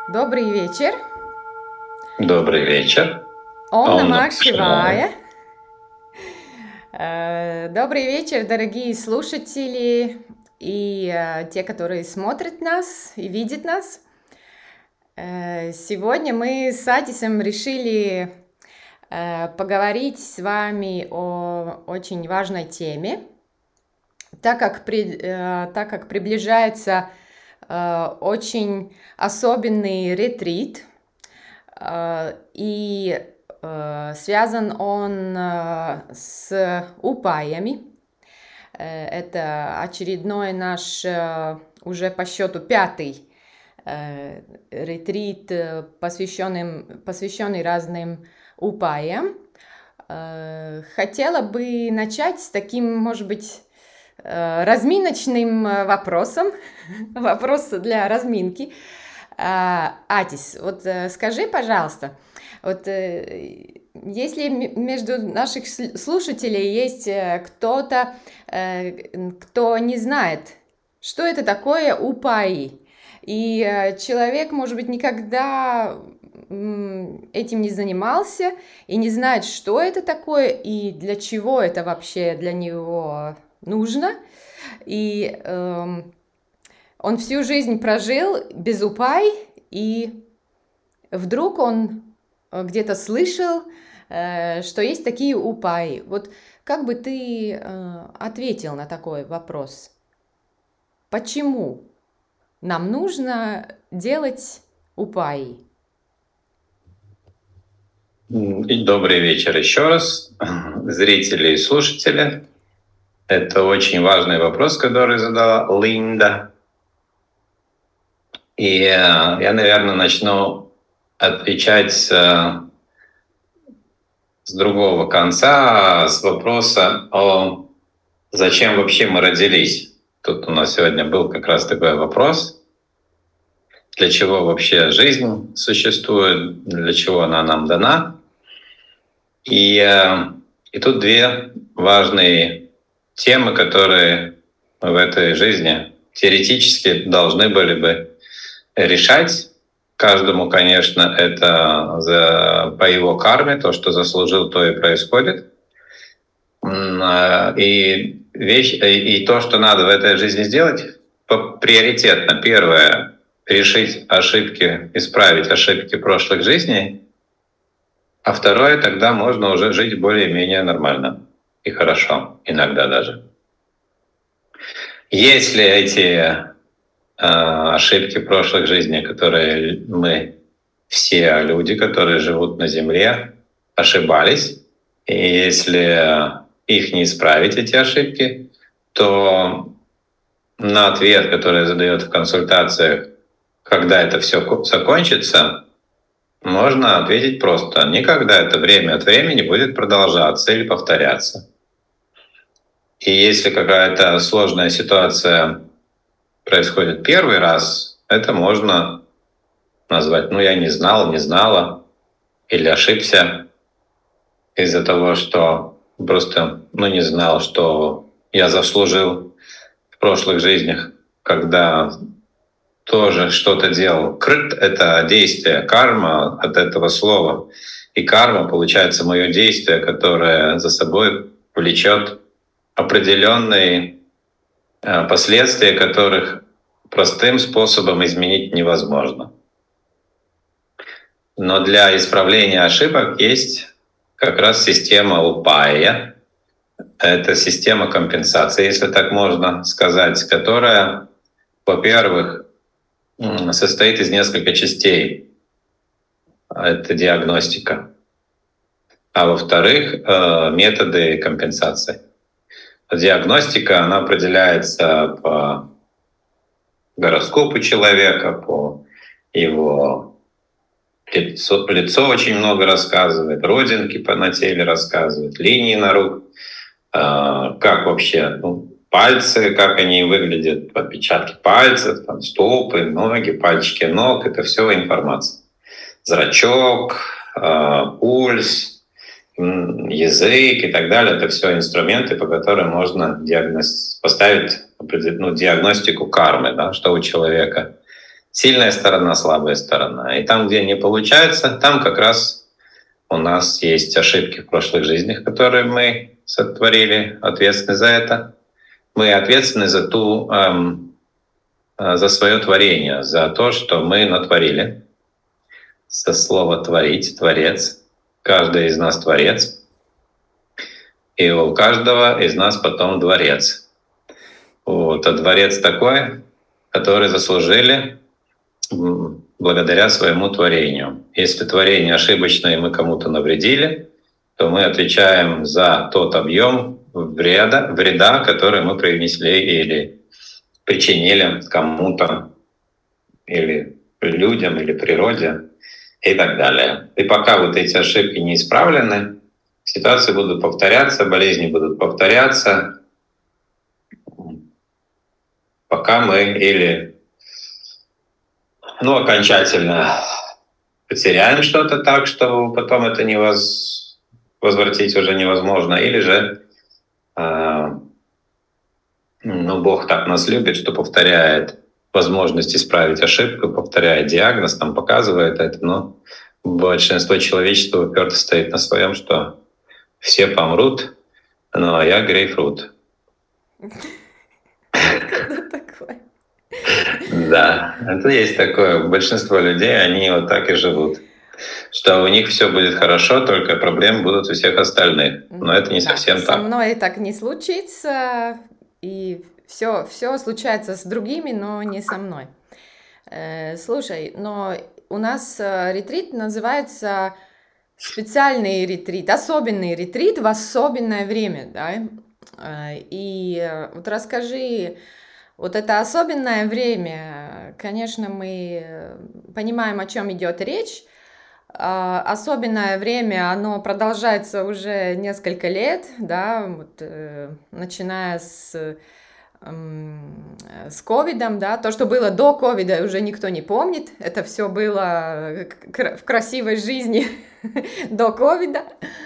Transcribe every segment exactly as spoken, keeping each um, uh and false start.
Добрый вечер. Добрый вечер. Ом Ом Намах Намах Шивая. Шивая. Э, Добрый вечер, дорогие слушатели и э, те, которые смотрят нас и видят нас. Э, Сегодня мы с Атисом решили э, поговорить с вами о очень важной теме, так как, при- э, так как приближается э, очень особенный ретрит, э, и э, связан он э, с упаями. Э, Это очередной наш э, уже по счету пятый э, ретрит, э, посвященный, посвященный разным упаям. Э, Хотела бы начать с таким, может быть, э, разминочным э, вопросом. Вопрос для разминки. А, Атис, вот э, скажи, пожалуйста, вот э, если м- между наших сл- слушателей есть э, кто-то, э, кто не знает, что это такое упаи, и э, человек, может быть, никогда м, этим не занимался и не знает, что это такое и для чего это вообще для него нужно, и эм, он всю жизнь прожил без упай, и вдруг он э, где-то слышал, э, что есть такие упаи. Вот как бы ты э, ответил на такой вопрос? Почему нам нужно делать упаи? И добрый вечер еще раз, зрители и слушатели. Это очень важный вопрос, который задала Линда. И э, я, наверное, начну отвечать с, э, с другого конца, с вопроса о зачем вообще мы родились. Тут у нас сегодня был как раз такой вопрос. Для чего вообще жизнь существует, для чего она нам дана. И, э, и тут две важные темы, которые мы в этой жизни теоретически должны были бы решать. Каждому, конечно, это за, по его карме, то, что заслужил, то и происходит. И, вещь, и то, что надо в этой жизни сделать, приоритетно. Первое — решить ошибки, исправить ошибки прошлых жизней. А второе, тогда можно уже жить более-менее нормально и хорошо, иногда даже. Если эти э, ошибки прошлых жизней, которые мы, все люди, которые живут на Земле, ошибались, и если их не исправить, эти ошибки, то на ответ, который задает в консультациях, когда это все закончится, можно ответить просто: никогда, это время от времени будет продолжаться или повторяться. И если какая-то сложная ситуация происходит первый раз, это можно назвать: ну, я не знал, не знала, или ошибся из-за того, что просто ну, не знал, что я заслужил в прошлых жизнях, когда тоже что-то делал. Крит — это действие, карма от этого слова. И карма, получается, мое действие, которое за собой влечет определенные последствия, которых простым способом изменить невозможно. Но для исправления ошибок есть как раз система упая. Это система компенсации, если так можно сказать, которая, во-первых, состоит из нескольких частей. Это диагностика. А во-вторых, методы компенсации. Диагностика, она определяется по гороскопу человека, по его лицу. Лицо очень много рассказывает, родинки на теле рассказывает, линии на рук, как вообще ну, пальцы, как они выглядят, отпечатки пальцев, там, стопы, ноги, пальчики ног — это все информация. Зрачок, пульс, язык и так далее — это все инструменты, по которым можно диагноз... поставить ну, диагностику кармы, да, что у человека сильная сторона, слабая сторона. И там, где не получается, там как раз у нас есть ошибки в прошлых жизнях, которые мы сотворили, ответственны за это. Мы ответственны за ту, эм, за свое творение, за то, что мы натворили. Со слова «творить», «творец». Каждый из нас творец. И у каждого из нас потом дворец. Вот. А дворец такой, который заслужили благодаря своему творению. Если творение ошибочное, и мы кому-то навредили, то мы отвечаем за тот объем вреда, вреда, который мы принесли или причинили кому-то, или людям, или природе, и так далее. И пока вот эти ошибки не исправлены, ситуации будут повторяться, болезни будут повторяться, пока мы или ну, окончательно потеряем что-то так, что потом это не воз... возвратить уже невозможно, или же э, ну, Бог так нас любит, что повторяет возможность исправить ошибку, повторяет диагноз, там показывает это, но большинство человечества уперто стоит на своем, что все помрут, ну а я грейпфрут. Да, это есть такое. Большинство людей, они вот так и живут. Что у них все будет хорошо, только проблемы будут у всех остальных. Но это не да, совсем со так. Со мной так не случится, и все, все случается с другими, но не со мной. Э, слушай, но у нас ретрит называется специальный ретрит, особенный ретрит в особенное время, да? И вот расскажи, вот это особенное время, конечно, мы понимаем, о чем идет речь. Особенное время, оно продолжается уже несколько лет, да, вот, начиная с с ковидом, да, то, что было до ковида, уже никто не помнит, это все было в красивой жизни до ковида.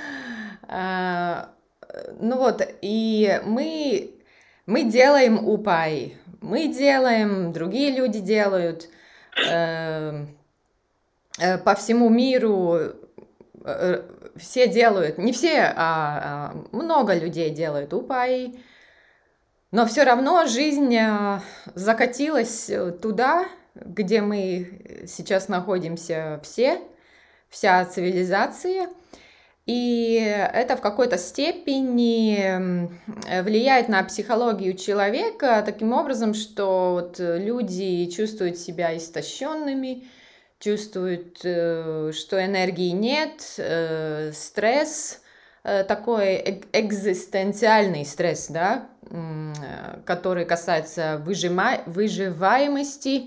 Ну вот, и мы, мы делаем упаи, мы делаем, другие люди делают, э, э, по всему миру э, все делают, не все, а, а много людей делают упаи, но все равно жизнь закатилась туда, где мы сейчас находимся все, вся цивилизация. И это в какой-то степени влияет на психологию человека таким образом, что вот люди чувствуют себя истощенными, чувствуют, что энергии нет, стресс, такой экзистенциальный стресс, да, который касается выжима- выживаемости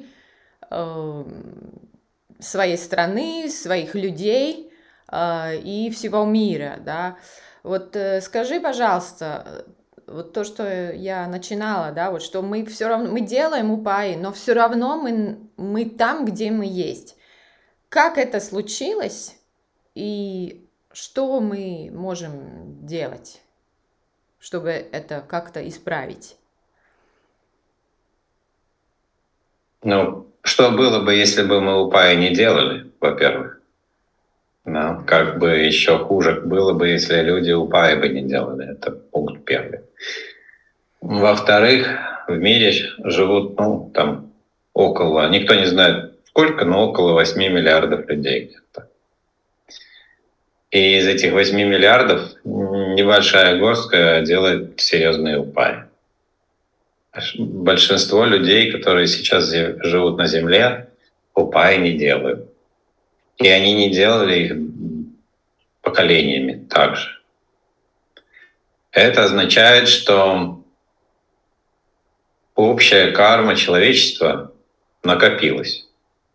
своей страны, своих людей и всего мира, да. Вот скажи, пожалуйста, вот то, что я начинала, да, вот что мы все равно, мы делаем упаи, но все равно мы, мы там, где мы есть. Как это случилось и что мы можем делать, чтобы это как-то исправить? Ну, что было бы, если бы мы упаи не делали, во-первых? Да, как бы еще хуже было бы, если люди упаи бы не делали. Это пункт первый. Во-вторых, в мире живут, ну, там, около, никто не знает сколько, но около восьми миллиардов людей где-то. И из этих восьми миллиардов небольшая горстка делает серьезные упаи. Большинство людей, которые сейчас живут на Земле, упаи не делают. И они не делали их поколениями также. Это означает, что общая карма человечества накопилась.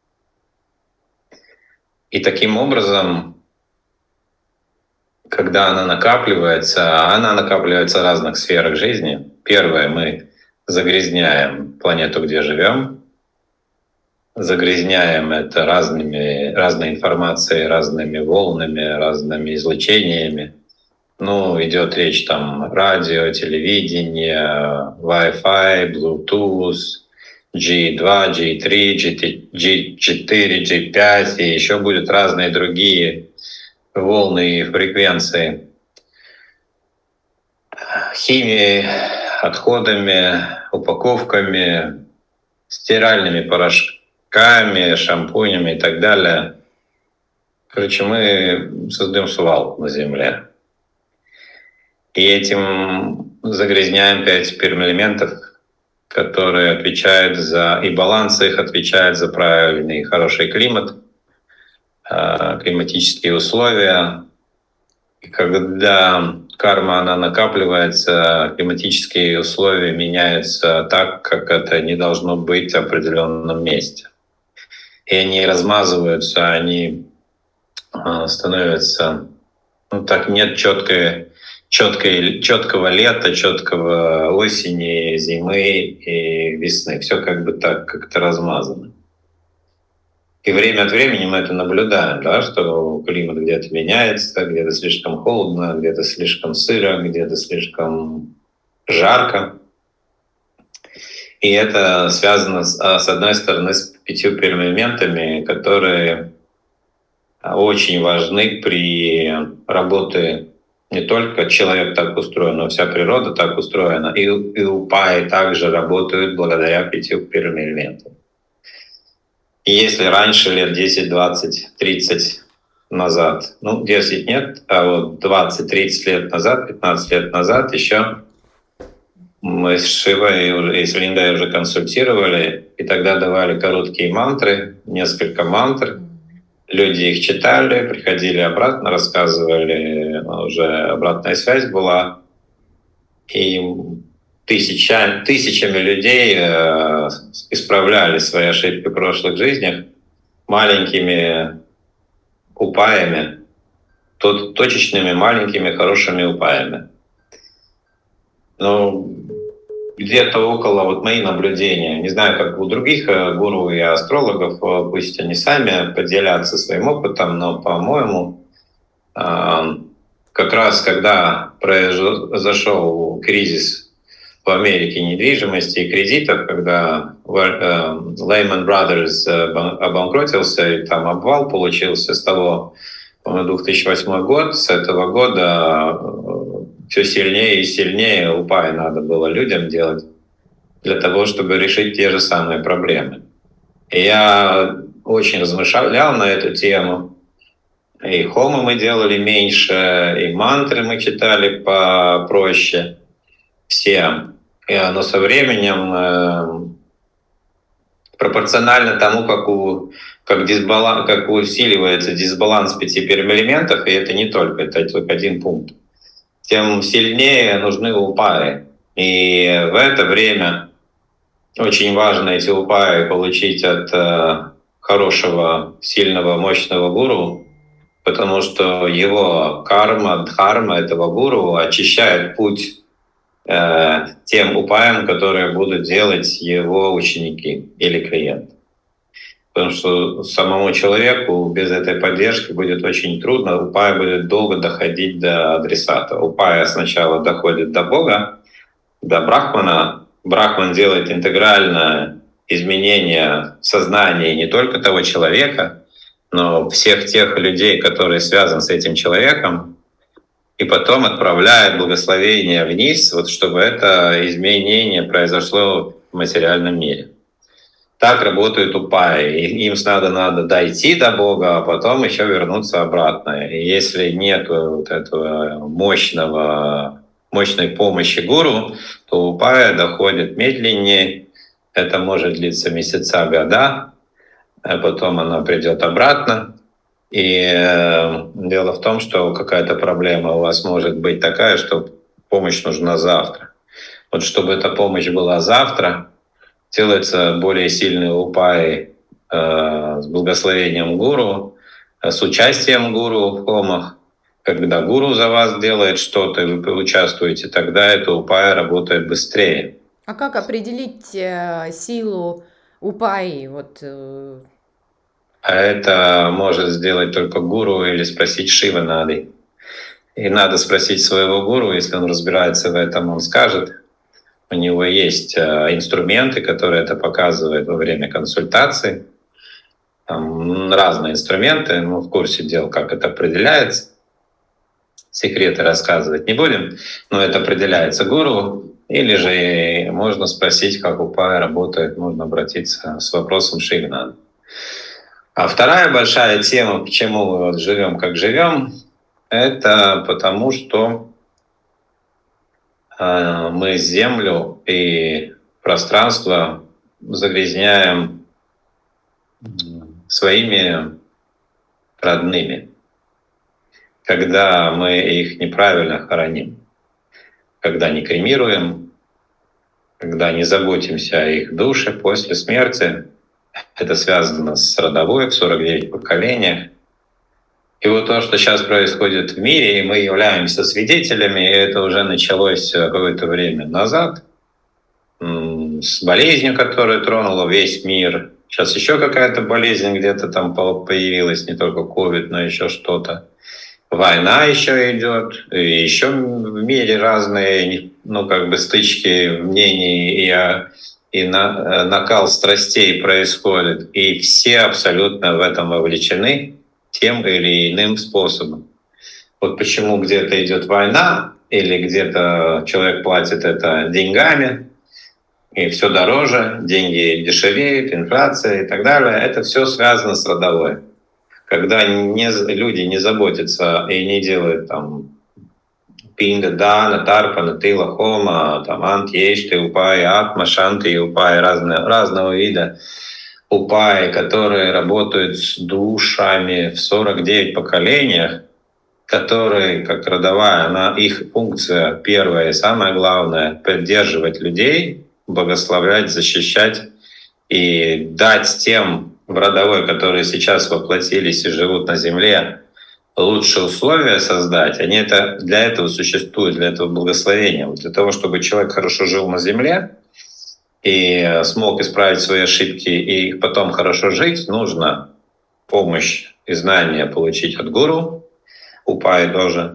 И таким образом, когда она накапливается, она накапливается в разных сферах жизни. Первое, мы загрязняем планету, где живем. Загрязняем это разными, разной информацией, разными волнами, разными излучениями. Ну, идет речь там радио, телевидение, Wi-Fi, Bluetooth, джи два, джи три, джи четыре, джи пять, и еще будут разные другие волны и фреквенции. Химией, отходами, упаковками, стиральными порошками, шампунями и так далее. Короче, мы создаем свалку на Земле. И этим загрязняем пять пермэлементов, которые отвечают за, и баланс их отвечает за правильный и хороший климат, климатические условия. И когда карма, она накапливается, климатические условия меняются так, как это не должно быть в определенном месте. И они размазываются, они становятся, ну так нет четкой, четкой, четкого лета, четкого осени, зимы и весны. Все как бы так как-то размазано. И время от времени мы это наблюдаем, да, что климат где-то меняется, где-то слишком холодно, где-то слишком сыро, где-то слишком жарко. И это связано, с, с одной стороны, с пятью пермэлементами, которые очень важны при работе. Не только человек так устроен, но вся природа так устроена. И, и упаи также работают благодаря пятью пермэлементам. И если раньше, лет десять, двадцать, тридцать назад, ну десять нет, а вот двадцать-тридцать лет назад, пятнадцать лет назад еще мы с Шивой и с Линдой уже консультировали, и тогда давали короткие мантры, несколько мантр. Люди их читали, приходили обратно, рассказывали, уже обратная связь была. И тысяча, тысячами людей э, исправляли свои ошибки в прошлых жизнях маленькими упаями, то, точечными, маленькими, хорошими упаями. Ну, где-то около, вот мои наблюдения, не знаю, как у других гуру и астрологов, пусть они сами поделятся своим опытом, но, по-моему, как раз когда произошел кризис в Америке недвижимости и кредитов, когда Lehman Brothers обанкротился, и там обвал получился с того, по-моему, две тысячи восьмой год, с этого года все сильнее и сильнее упаи надо было людям делать для того, чтобы решить те же самые проблемы. И я очень размышлял на эту тему. И хомы мы делали меньше, и мантры мы читали попроще всем. Но со временем, пропорционально тому, как, у, как, дисбаланс, как усиливается дисбаланс пяти пермэлементов, и это не только, это только один пункт, тем сильнее нужны упаи. И в это время очень важно эти упаи получить от э, хорошего, сильного, мощного гуру, потому что его карма, дхарма этого гуру очищает путь э, тем упаям, которые будут делать его ученики или клиенты. Потому что самому человеку без этой поддержки будет очень трудно, упая будет долго доходить до адресата. Упая сначала доходит до Бога, до Брахмана. Брахман делает интегральное изменение сознания не только того человека, но всех тех людей, которые связаны с этим человеком, и потом отправляет благословение вниз, вот чтобы это изменение произошло в материальном мире. Так работают упаи. Им надо, надо дойти до Бога, а потом еще вернуться обратно. И если нет вот этого мощного, мощной помощи гуру, то упая доходит медленнее. Это может длиться месяца, года, а потом она придет обратно. И э, дело в том, что какая-то проблема у вас может быть такая, что помощь нужна завтра. Вот чтобы эта помощь была завтра, делаются более сильные упаи э, с благословением гуру, э, с участием гуру в хомах. Когда гуру за вас делает что-то, и вы участвуете, тогда эта упая работает быстрее. А как определить э, силу упаи? Вот, э... А это может сделать только гуру или спросить Шиванады. И надо спросить своего гуру, если он разбирается в этом, он скажет. У него есть инструменты, которые это показывают во время консультации. Там разные инструменты, мы в курсе дел, как это определяется. Секреты рассказывать не будем, но это определяется гуру. Или же можно спросить, как упай работает, можно обратиться с вопросом Шригнана. А вторая большая тема, почему мы вот живем, как живем, это потому, что э, мы землю и пространство загрязняем своими родными, когда мы их неправильно хороним, когда не кремируем, когда не заботимся о их душе после смерти. Это связано с родовой в сорок девять поколениях. И вот то, что сейчас происходит в мире, и мы являемся свидетелями, и это уже началось какое-то время назад, с болезнью, которая тронула весь мир. Сейчас еще какая-то болезнь где-то там появилась, не только ковид, но еще что-то. Война еще идет, и еще в мире разные, ну, как бы стычки мнений и, и на, накал страстей происходит. И все абсолютно в этом вовлечены тем или иным способом. Вот почему где-то идет война, или где-то человек платит это деньгами, и все дороже, деньги дешевеют, инфляция и так далее. Это все связано с родовой. Когда не, люди не заботятся и не делают там пинда, дана, тарпана, тила, хома, там ант, ешты, упай, атма, шанти, упай, разные, разного вида упаи, которые работают с душами в сорок девять поколениях, которые, как родовая, она, их функция первая и самое главное — поддерживать людей, благословлять, защищать и дать тем в родовой, которые сейчас воплотились и живут на земле, лучшие условия создать. Они это, для этого существуют, для этого благословения. Вот для того, чтобы человек хорошо жил на земле и смог исправить свои ошибки и потом хорошо жить, нужно помощь и знания получить от гуру, упай тоже,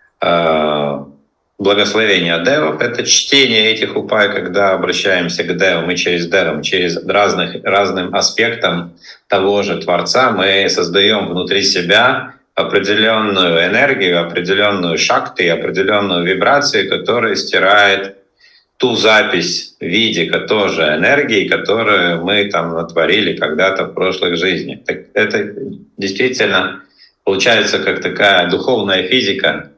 благословение от девов — это чтение этих упай, когда обращаемся к девам, мы через девам, через разных, разным аспектам того же Творца мы создаем внутри себя определенную энергию, определенную шакти, определенную вибрацию, которая стирает ту запись в виде тоже энергии, которую мы там натворили когда-то в прошлых жизнях. Так это действительно получается как такая духовная физика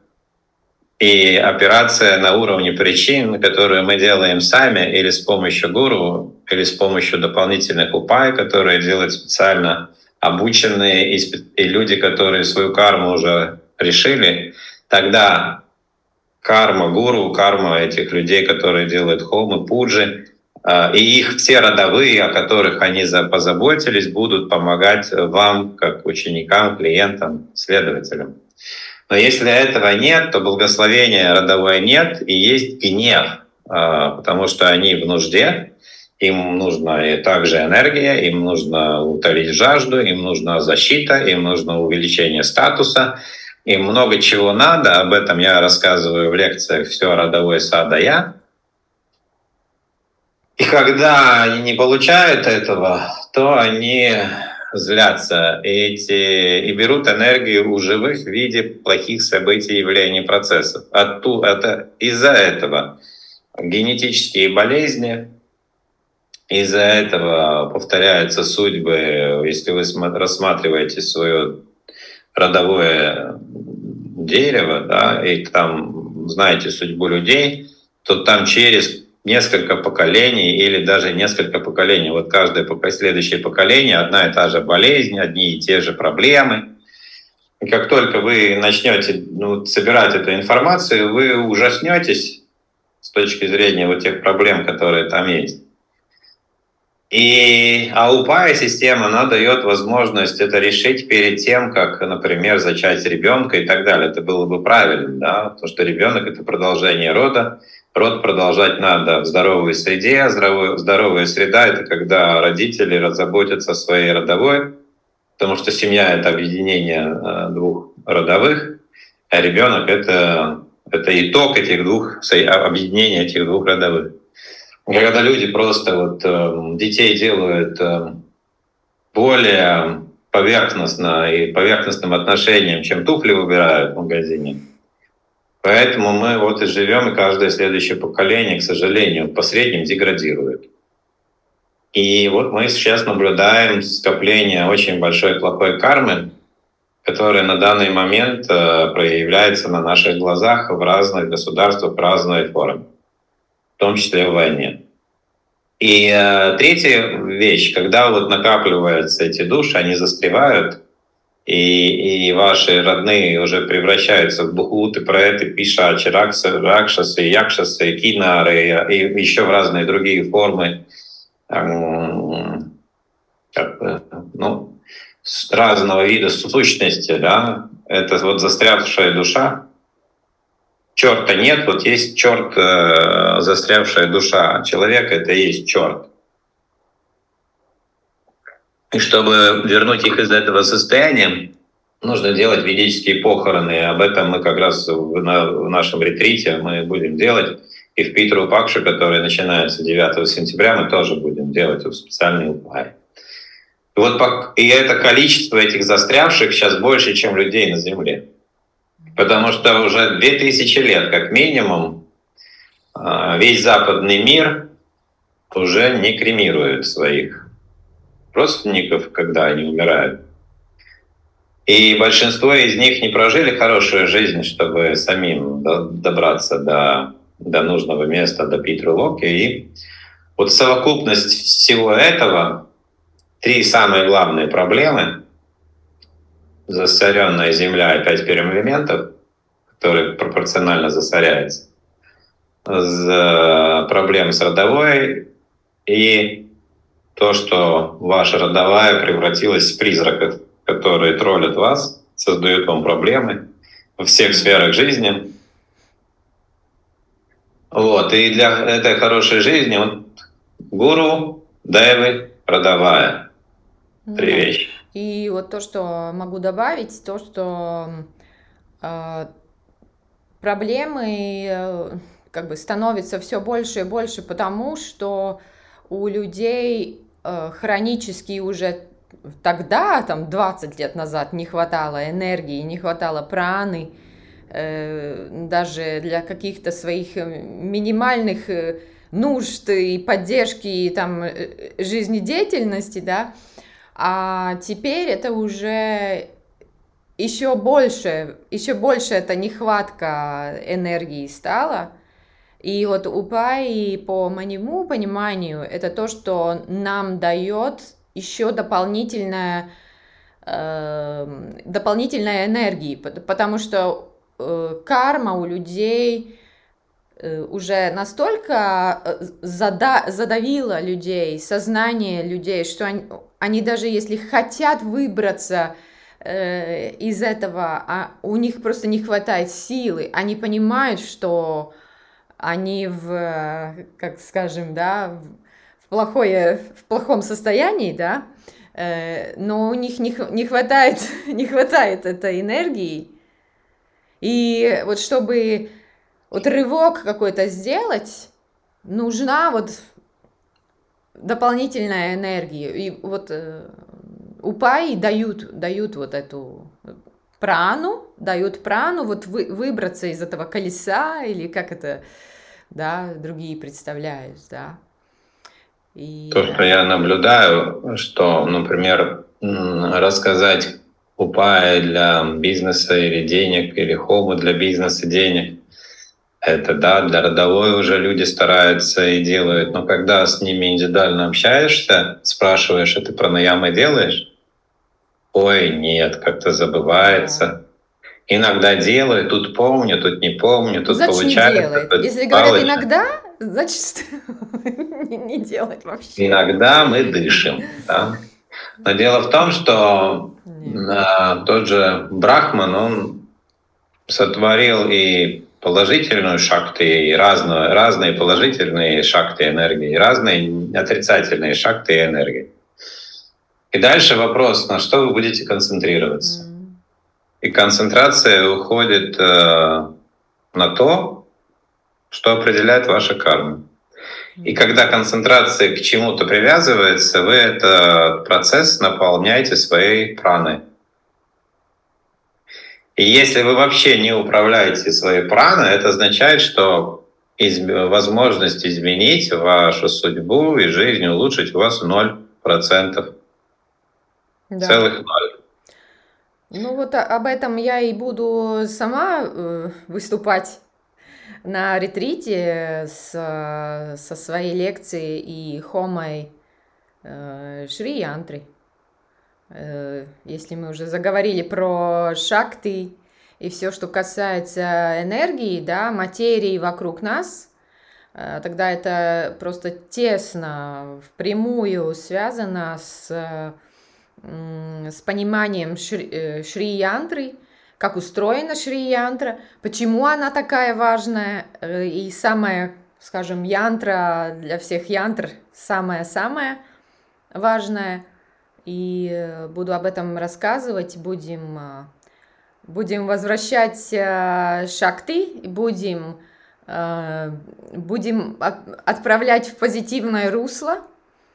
и операция на уровне причин, которую мы делаем сами или с помощью гуру, или с помощью дополнительных упай, которые делают специально обученные и, и люди, которые свою карму уже решили. Тогда карма гуру, карма этих людей, которые делают хомы, пуджи, и их все родовые, о которых они позаботились, будут помогать вам, как ученикам, клиентам, следователям. Но если этого нет, то благословения родовой нет, и есть гнев, потому что они в нужде, им нужна и также энергия, им нужно утолить жажду, им нужна защита, им нужно увеличение статуса, им много чего надо. Об этом я рассказываю в лекциях «Все родовое сада я». И когда они не получают этого, то они злятся и, эти, и берут энергию у живых в виде плохих событий, явлений, процессов. Отту, это, из-за этого генетические болезни, из-за этого повторяются судьбы. Если вы рассматриваете свое родовое дерево, да, и там знаете судьбу людей, то там через несколько поколений или даже несколько поколений. Вот каждое следующее поколение одна и та же болезнь, одни и те же проблемы. И как только вы начнете ну, собирать эту информацию, вы ужаснетесь с точки зрения вот тех проблем, которые там есть. И аупая система, она дает возможность это решить перед тем, как, например, зачать ребенка и так далее. Это было бы правильно, да, потому что ребенок — это продолжение рода. Род продолжать надо в здоровой среде. Здоровая, здоровая среда — это когда родители заботятся о своей родовой, потому что семья — это объединение двух родовых, а ребенок — это, это итог этих двух, объединения этих двух родовых. Когда люди просто вот э, детей делают э, более поверхностно и поверхностным отношением, чем туфли выбирают в магазине. Поэтому мы вот и живем, и каждое следующее поколение, к сожалению, по средним деградирует. И вот мы сейчас наблюдаем скопление очень большой плохой кармы, которая на данный момент э, проявляется на наших глазах в разных государствах в разной форме, в том числе в войне. И э, третья вещь, когда вот накапливаются эти души, они застревают, и, и ваши родные уже превращаются в бхуты, преты, пишачи, ракшасы, якшасы, кинары и еще в разные другие формы, эм, как бы, ну, разного вида сущности, да, это вот застрявшая душа. Черта нет, вот есть черт, э, застрявшая душа. Человек — это и есть черт. И чтобы вернуть их из этого состояния, нужно делать ведические похороны. Об этом мы как раз в, на, в нашем ретрите мы будем делать. И в Питру Пакшу, который начинается девятого сентября, мы тоже будем делать специальные упаи. И, вот, и это количество этих застрявших сейчас больше, чем людей на Земле. Потому что уже две тысячи лет, как минимум, весь западный мир уже не кремирует своих родственников, когда они умирают. И большинство из них не прожили хорошую жизнь, чтобы самим добраться до, до нужного места, до Питру-Локи. И вот совокупность всего этого, три самые главные проблемы: засоренная земля и пять первоэлементов, которые пропорционально засоряются, проблемы с родовой и то, что ваша родовая превратилась в призраков, которые троллят вас, создают вам проблемы во всех сферах жизни. Вот. И для этой хорошей жизни вот гуру, девы, родовая. Три вещи. И вот то, что могу добавить, то, что э, проблемы э, как бы становятся все больше и больше, потому что у людей э, хронически уже тогда, там двадцать лет назад, не хватало энергии, не хватало праны, э, даже для каких-то своих минимальных э, нужд и поддержки и там жизнедеятельности, да. А теперь это уже еще больше, еще больше эта нехватка энергии стала. И вот упаи, по моему пониманию, это то, что нам дает еще дополнительная, э, дополнительная энергия, потому что э, карма у людей э, уже настолько зада, задавила людей, сознание людей, что они, они даже если хотят выбраться э, из этого, а у них просто не хватает силы, они понимают, что они в, как скажем, да, в, плохое, в плохом состоянии, да, э, но у них не, не, хватает, не хватает этой энергии. И вот чтобы вот рывок какой-то сделать, нужна вот дополнительная энергия. И вот э, упаи дают, дают вот эту прану, дают прану вот вы, выбраться из этого колеса, или как это, да, другие представляют, да. И, То, что я наблюдаю, что, например, рассказать упаи для бизнеса или денег, или хому для бизнеса денег, это, да, для родовой уже люди стараются и делают, но когда с ними индивидуально общаешься, спрашиваешь, а ты пранаямы делаешь? Ой, нет, как-то забывается. Иногда делаю, тут помню, тут не помню, тут значит, получается. Не делает. Если говорят иногда, значит, не делать вообще. Иногда мы дышим, да. Но дело в том, что а, тот же Брахман, он сотворил и положительную шакти, и разную, разные положительные шакти энергии, и разные отрицательные шакти энергии. И дальше вопрос, на что вы будете концентрироваться. Mm. И концентрация уходит э, на то, что определяет ваша карма. И когда концентрация к чему-то привязывается, вы этот процесс наполняете своей праной. И если вы вообще не управляете своей праной, это означает, что изм... возможность изменить вашу судьбу и жизнь, улучшить у вас ноль процентов. Да. Целых ноль. Ну вот об этом я и буду сама э, выступать на ретрите с, со своей лекцией и хомой э, Шри Янтры. Э, если мы уже заговорили про шакти и все, что касается энергии, да, материи вокруг нас, э, тогда это просто тесно, впрямую связано с, э, с пониманием Шри, Шри Янтры, как устроена Шри Янтра, почему она такая важная, и самая, скажем, янтра для всех янтр самая-самая важная. И буду об этом рассказывать, будем, будем возвращать шакти, будем, будем отправлять в позитивное русло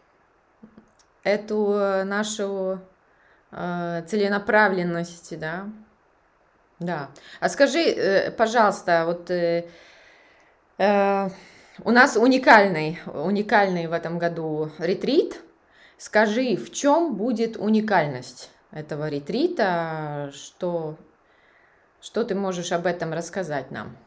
эту нашу целенаправленность, да. Да. А скажи, пожалуйста, вот э, э, у нас уникальный, уникальный в этом году ретрит. Скажи, в чем будет уникальность этого ретрита? Что, что ты можешь об этом рассказать нам?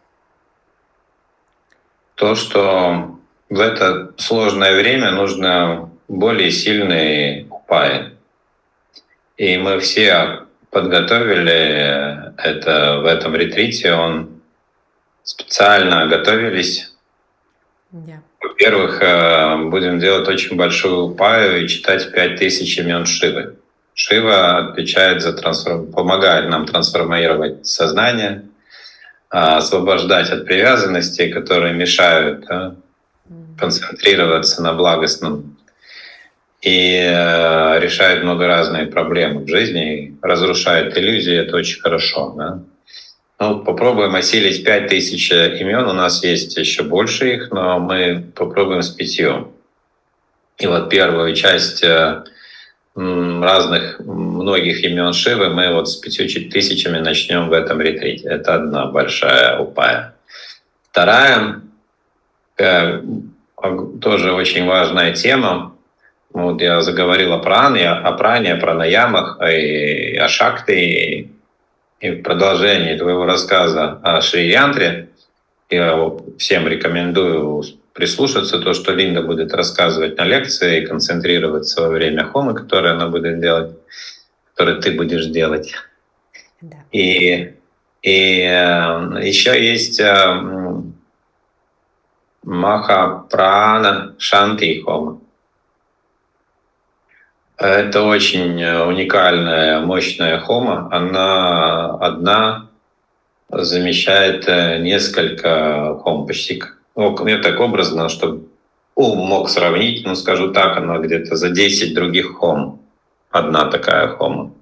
То, что в это сложное время нужно более сильные упаи. И мы все подготовили это в этом ретрите, он специально готовились. Yeah. Во-первых, будем делать очень большую упаю и читать пять тысяч имен Шивы. Шива отвечает за трансформ... помогает нам трансформировать сознание, освобождать от привязанностей, которые мешают концентрироваться на благостном, и э, решает много разных проблем в жизни, разрушает иллюзии, это очень хорошо. Да? Ну, попробуем осилить пять тысяч имен, у нас есть еще больше их, но мы попробуем с пятью. И вот первую часть э, разных, многих имен Шивы мы вот с пятью тысячами начнем в этом ретрите. Это одна большая упая. Вторая, э, тоже очень важная тема. Вот я заговорил о пране, о пране, о пранаямах, и о шакти, и в продолжении твоего рассказа о Шри Янтре я всем рекомендую прислушаться то, что Линда будет рассказывать на лекции, и концентрироваться во время хомы, которое она будет делать, которое ты будешь делать. Да. И, и э, еще есть э, Махапрана Шанти хома. Это очень уникальная, мощная хома. Она одна замещает несколько хом. Почти, ну, я так образно, чтобы ум мог сравнить, ну, скажу так, она где-то за десять других хом. Одна такая хома.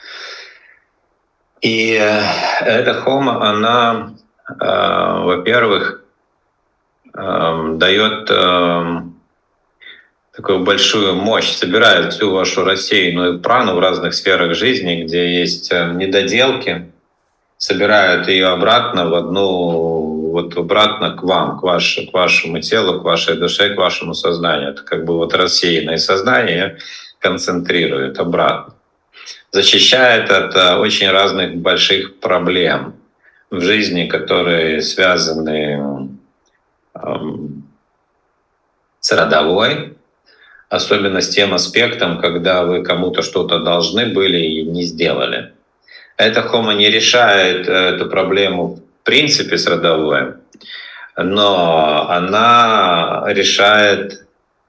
И эта хома, она, э, во-первых, э, дает... Э, такую большую мощь, собирает всю вашу рассеянную прану в разных сферах жизни, где есть недоделки, собирают ее обратно в одну, вот обратно к вам, к, ваш, к вашему телу, к вашей душе, к вашему сознанию. Это как бы вот рассеянное сознание концентрирует обратно. Защищает от очень разных больших проблем в жизни, которые связаны эм, с родовой, особенно с тем аспектом, когда вы кому-то что-то должны были и не сделали. Эта хома не решает эту проблему в принципе с родовой, но она решает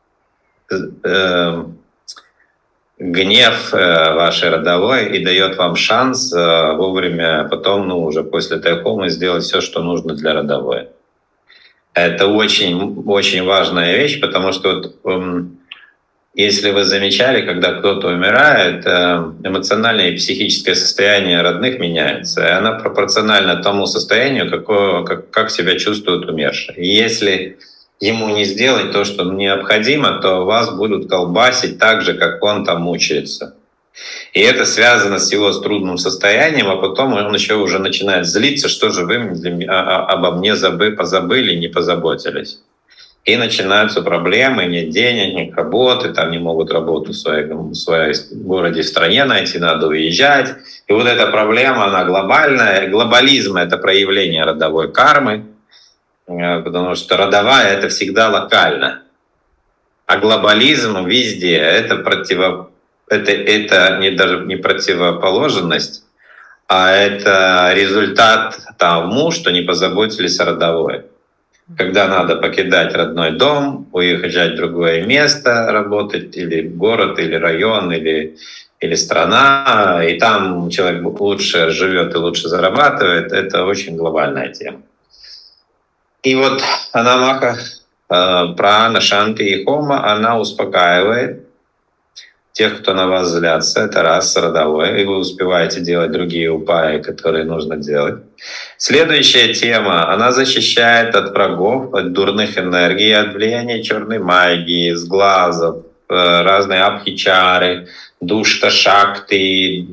э, гнев э, вашей родовой и дает вам шанс э, вовремя потом, ну уже после этой хомы, сделать все, что нужно для родовой. Это очень, очень важная вещь, потому что вот, э, если вы замечали, когда кто-то умирает, эмоциональное и психическое состояние родных меняется, и оно пропорционально тому состоянию, какое, как, как себя чувствует умерший. И если ему не сделать то, что необходимо, то вас будут колбасить так же, как он там мучается. И это связано с его с трудным состоянием, а потом он еще уже начинает злиться, что же вы для меня, обо мне забы, позабыли, не позаботились. И начинаются проблемы, нет денег, нет работы, там не могут работу в своем, в своем городе, в стране найти, надо уезжать. И вот эта проблема, она глобальная. Глобализм — это проявление родовой кармы, потому что родовая — это всегда локально. А глобализм везде — это противо, это, это не даже не противоположность, а это результат тому, что не позаботились о родовой. Когда надо покидать родной дом, уезжать в другое место, работать, или город, или район, или, или страна, и там человек лучше живет и лучше зарабатывает, это очень глобальная тема. И вот Анамаха, Прана, Шанти и Хома, она успокаивает тех, кто на вас злятся, это раз, родовой, и вы успеваете делать другие упаи, которые нужно делать. Следующая тема, она защищает от врагов, от дурных энергий, от влияния черной магии, сглазов, разные абхичары, душта шакти,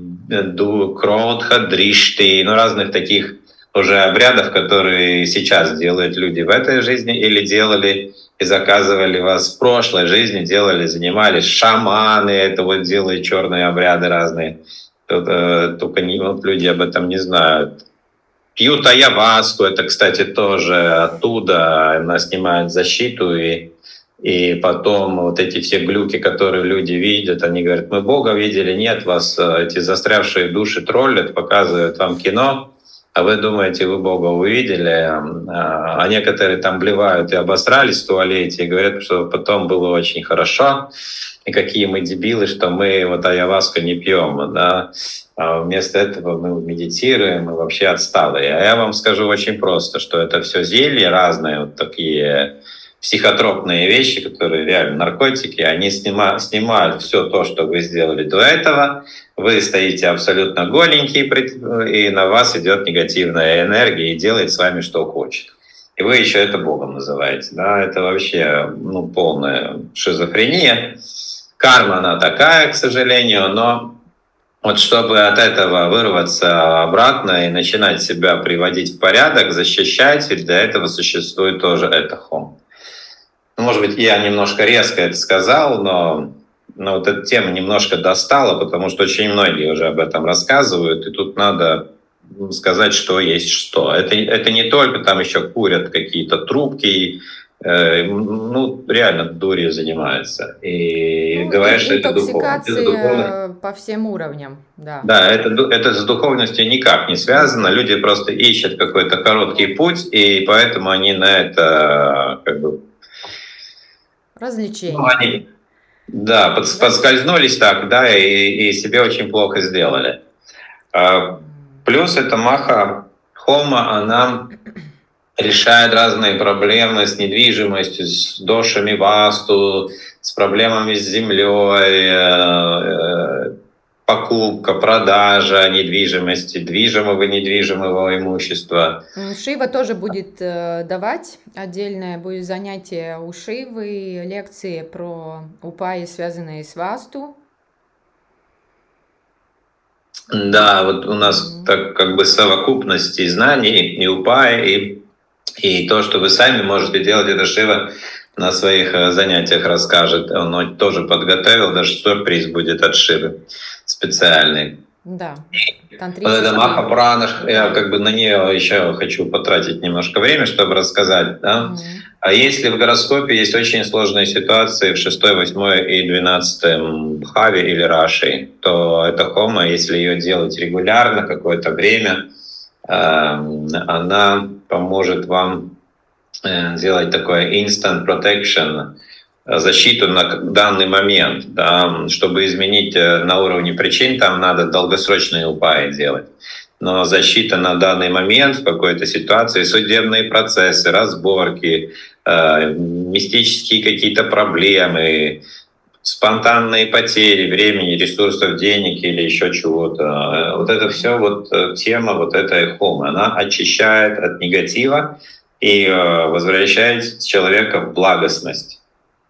кротха дришти, ну разных таких уже обрядов, которые сейчас делают люди в этой жизни или делали и заказывали вас в прошлой жизни, делали, занимались шаманы, это вот делают черные обряды разные. Только не, вот люди об этом не знают. Пьют аяваску, это, кстати, тоже оттуда, она снимает защиту, и, и потом вот эти все глюки, которые люди видят, они говорят, мы Бога видели, нет, вас эти застрявшие души троллят, показывают вам кино, а вы думаете, вы Бога увидели, а некоторые там блевают и обосрались в туалете и говорят, что потом было очень хорошо, и какие мы дебилы, что мы вот аяваску не пьем, да? А вместо этого мы медитируем, мы вообще отсталые. А я вам скажу очень просто, что это все зелья разные, вот такие психотропные вещи, которые реально наркотики, они снимают, снимают все то, что вы сделали до этого. Вы стоите абсолютно голенький, и на вас идет негативная энергия и делает с вами что хочет. И вы еще это Богом называете. Да? Это вообще ну, полная шизофрения. Карма она такая, к сожалению, но вот чтобы от этого вырваться обратно и начинать себя приводить в порядок, защищать, для этого существует тоже это хом. Может быть, я немножко резко это сказал, но, но вот эта тема немножко достала, потому что очень многие уже об этом рассказывают, и тут надо сказать, что есть что. Это, это не только там еще курят какие-то трубки, э, ну, реально дурью занимаются. И ну, говорят, что это духовно. По всем уровням, да. Да, это, это с духовностью никак не связано. Люди просто ищут какой-то короткий путь, и поэтому они на это как бы... Развлечения. Ну, они, да, под, подскользнулись так, да, и, и себе очень плохо сделали. А, плюс эта маха хома, она решает разные проблемы с недвижимостью, с дошами васту, с проблемами с землей, покупка, продажа недвижимости, движимого и недвижимого имущества. Шива тоже будет давать отдельное будет занятие у Шивы, лекции про упаи, связанные с васту. Да, вот у нас mm-hmm. так как бы совокупность и знаний, и упаи, и, и то, что вы сами можете делать, это Шива на своих занятиях расскажет. Он тоже подготовил, даже сюрприз будет от Шивы специальный. Да. Вот эта маха прана, я как бы на нее еще хочу потратить немножко времени, чтобы рассказать. Да? Mm-hmm. А если в гороскопе есть очень сложные ситуации в шестой, восьмой и двенадцатом бхаве или раши, то эта хома, если ее делать регулярно, какое-то время, она поможет вам сделать такое instant protection, защиту на данный момент. Да, чтобы изменить на уровне причин, там надо долгосрочные упаи делать. Но защита на данный момент в какой-то ситуации, судебные процессы, разборки, э, мистические какие-то проблемы, спонтанные потери времени, ресурсов, денег или еще чего-то. Вот это все вот тема вот этой хомы. Она очищает от негатива, и э, возвращает человека в благостность.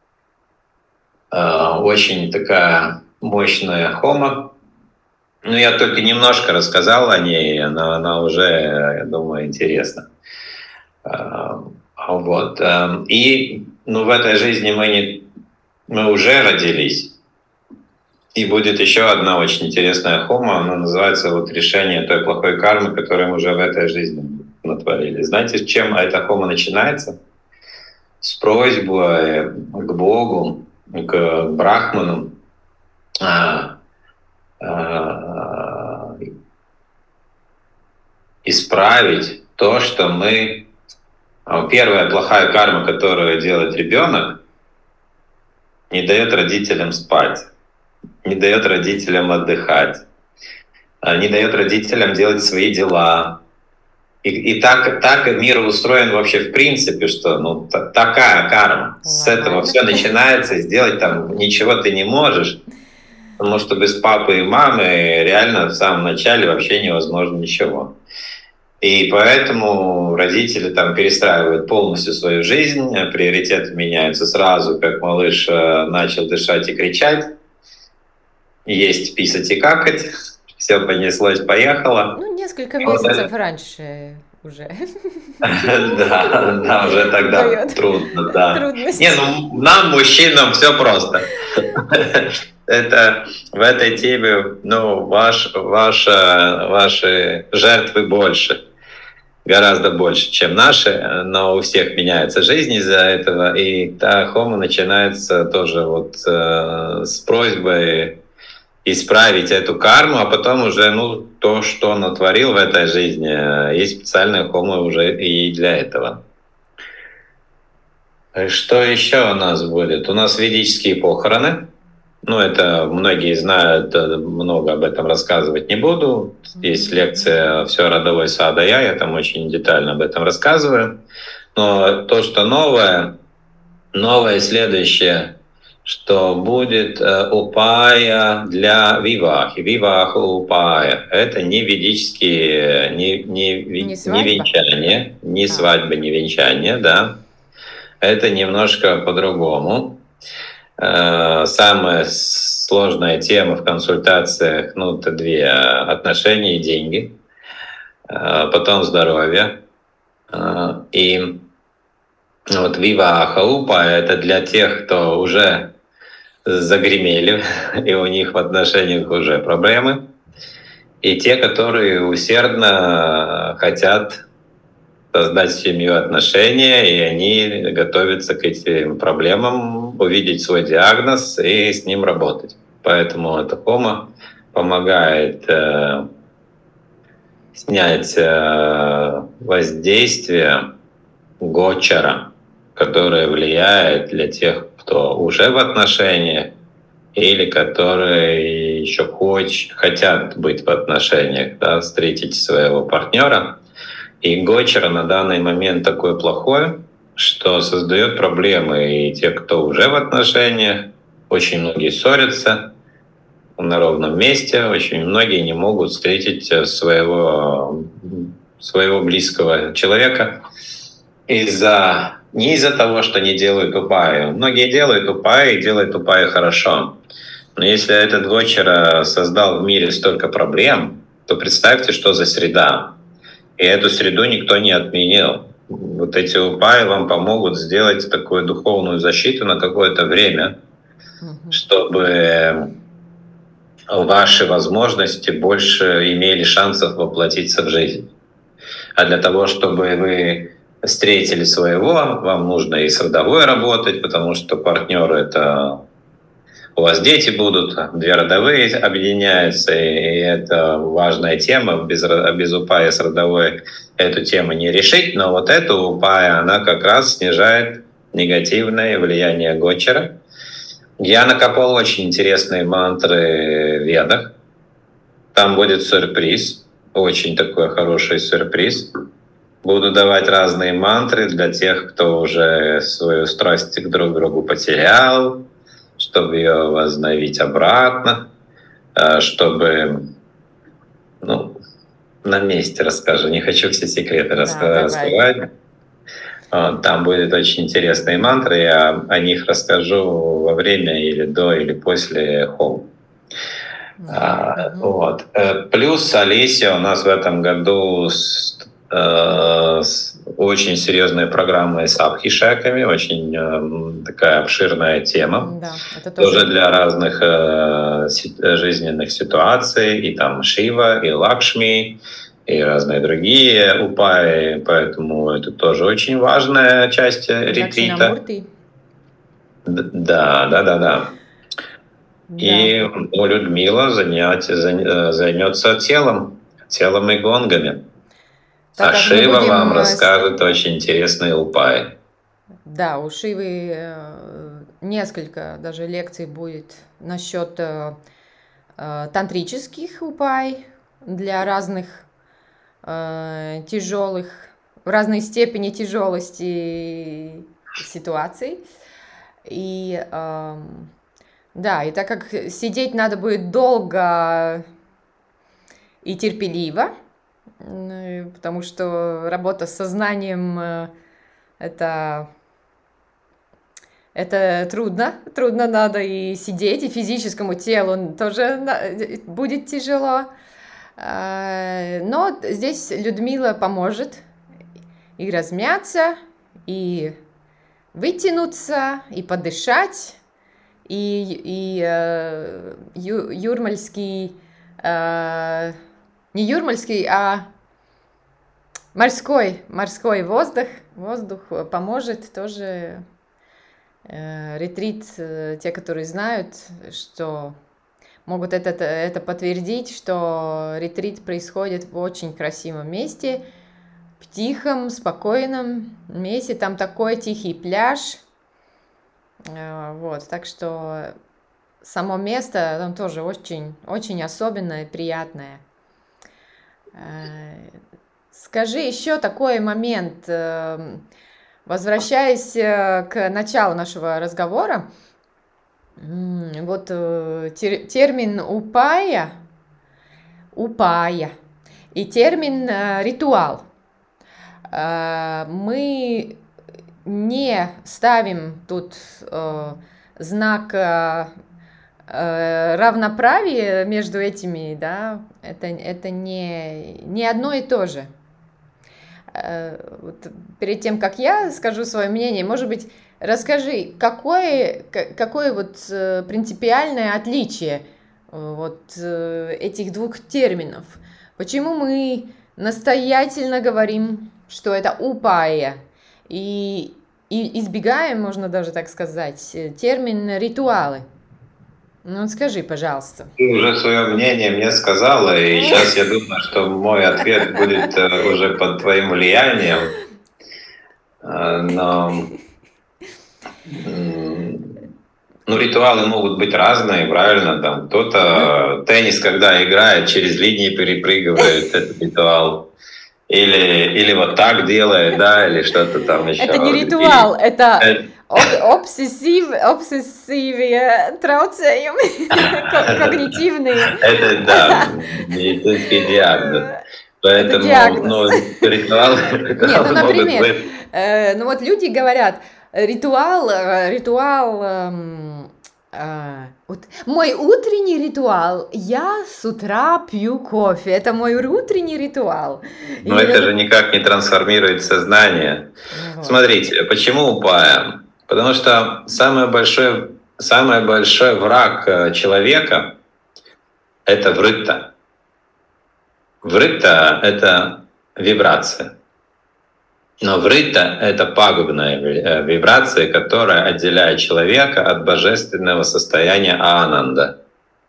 Э, очень такая мощная хома. Ну, я только немножко рассказал о ней, но она уже, я думаю, интересна. Э, вот. Э, и ну, в этой жизни мы, не, мы уже родились. И будет еще одна очень интересная хома, она называется вот решение той плохой кармы, которую мы уже в этой жизни натворили. Знаете, с чем эта хома начинается? С просьбой к Богу, к Брахману а, а, исправить то, что мы... Первая плохая карма, которую делает ребенок, не дает родителям спать, не дает родителям отдыхать, не дает родителям делать свои дела. И, и так, так мир устроен вообще в принципе, что ну, та, такая карма. С этого все начинается, сделать там ничего ты не можешь, потому что без папы и мамы реально в самом начале вообще невозможно ничего. И поэтому родители там перестраивают полностью свою жизнь, приоритеты меняются сразу, как малыш начал дышать и кричать, есть, писать и какать, все понеслось, поехало. Ну, несколько месяцев раньше уже. Да, да, уже тогда трудно, да. Не, ну нам, мужчинам, все просто. Это в этой теме, ну, ваш, ваша, ваши жертвы больше, гораздо больше, чем наши, но у всех меняется жизнь из-за этого, и та хома начинается тоже вот э, с просьбой исправить эту карму, а потом уже, ну, то, что он натворил в этой жизни, есть специальная хома уже и для этого. Что еще у нас будет? У нас ведические похороны. Ну, это многие знают, много об этом рассказывать не буду. Есть лекция «Все родовой сада я», я там очень детально об этом рассказываю. Но то, что новое, новое следующее, что будет упая для вивахи. Виваха упая. Это не ведические, не, не, не, не венчание, не свадьба, не венчание, да. Это немножко по-другому. Самая сложная тема в консультациях, ну, это две: отношения и деньги, потом здоровье. И вот виваха упая — это для тех, кто уже загремели, и у них в отношениях уже проблемы, и те, которые усердно хотят создать семью, отношения, и они готовятся к этим проблемам, увидеть свой диагноз и с ним работать. Поэтому эта хома помогает э, снять э, воздействие гочара, которое влияет для тех, кто уже в отношениях или которые еще хоч, хотят быть в отношениях, да, встретить своего партнера. И гочара на данный момент такое плохое, что создает проблемы. И те, кто уже в отношениях, очень многие ссорятся на ровном месте, очень многие не могут встретить своего, своего близкого человека из-за не из-за того, что не делают упаю. Многие делают упаю и делают упаю хорошо. Но если этот гочара создал в мире столько проблем, то представьте, что за среда. И эту среду никто не отменил. Вот эти упаи вам помогут сделать такую духовную защиту на какое-то время, mm-hmm. чтобы ваши возможности больше имели шансов воплотиться в жизнь. А для того, чтобы вы встретили своего, вам нужно и с родовой работать, потому что партнеры — это... У вас дети будут, две родовые объединяются, и это важная тема. Без, без упая с родовой эту тему не решить, но вот эта упая, она как раз снижает негативное влияние гочара. Я накопал очень интересные мантры в ведах. Там будет сюрприз, очень такой хороший сюрприз. Буду давать разные мантры для тех, кто уже свою страсть к друг другу потерял, чтобы ее возобновить обратно, чтобы, ну, на месте расскажу, не хочу все секреты да, раскрывать. Там будет очень интересные мантры, я о них расскажу во время или до, или после холм. Mm-hmm. Вот. Плюс Олеся у нас в этом году с, э, с очень серьезной программой с абхишеками, очень э, такая обширная тема. Да, это тоже... тоже для разных э, жизненных ситуаций, и там Шива, и Лакшми, и разные другие упаи, поэтому это тоже очень важная часть ретрита. Да, да, да, да. И у Людмила занять, займется телом, телом и гонгами. Так, а Шива будем... вам расскажет очень интересные упаи. Да, у Шивы несколько даже лекций будет насчет тантрических упай для разных э, тяжелых, в разной степени тяжелости ситуаций. И э, да, и так как сидеть надо будет долго и терпеливо, потому что работа с сознанием это, это трудно, трудно надо и сидеть, и физическому телу тоже будет тяжело. Но здесь Людмила поможет и размяться, и вытянуться, и подышать, и, и э, ю, юрмальский, э, не юрмальский, а морской, морской воздух, воздух поможет тоже. Э, ретрит, э, те, которые знают, что могут это, это подтвердить, что ретрит происходит в очень красивом месте, в тихом, спокойном месте, там такой тихий пляж, вот, так что само место там тоже очень, очень особенное, приятное. Скажи еще такой момент, возвращаясь к началу нашего разговора, вот термин упая, упая и термин ритуал. Мы не ставим тут знак равноправия между этими, да, это, это не, не одно и то же. Вот перед тем, как я скажу свое мнение, может быть, расскажи, какое, какое вот принципиальное отличие вот этих двух терминов? Почему мы настоятельно говорим, что это упая, и, и избегаем, можно даже так сказать, термин ритуалы? Ну, скажи, пожалуйста. Ты уже свое мнение мне сказала, и сейчас я думаю, что мой ответ будет уже под твоим влиянием. Но ну, ритуалы могут быть разные, правильно? Там кто-то теннис, когда играет, через линии перепрыгивает, это ритуал. Или, или вот так делает, да, или что-то там еще. Это не ритуал, и, это... Обсессив, обсессивные трауцеемые, когнитивные. Это, да, медицинский диагноз. Поэтому, ну, ритуалы, ритуалы Нет, ну, например, быть... э, ну вот люди говорят, ритуал, ритуал, э, э, вот, мой утренний ритуал, я с утра пью кофе, это мой утренний ритуал. Но это же никак не трансформирует сознание. Вот. Смотрите, почему упаем? Потому что самый большой, самый большой враг человека – это вритта. Вритта – это вибрация. Но вритта – это пагубная вибрация, которая отделяет человека от божественного состояния ананда.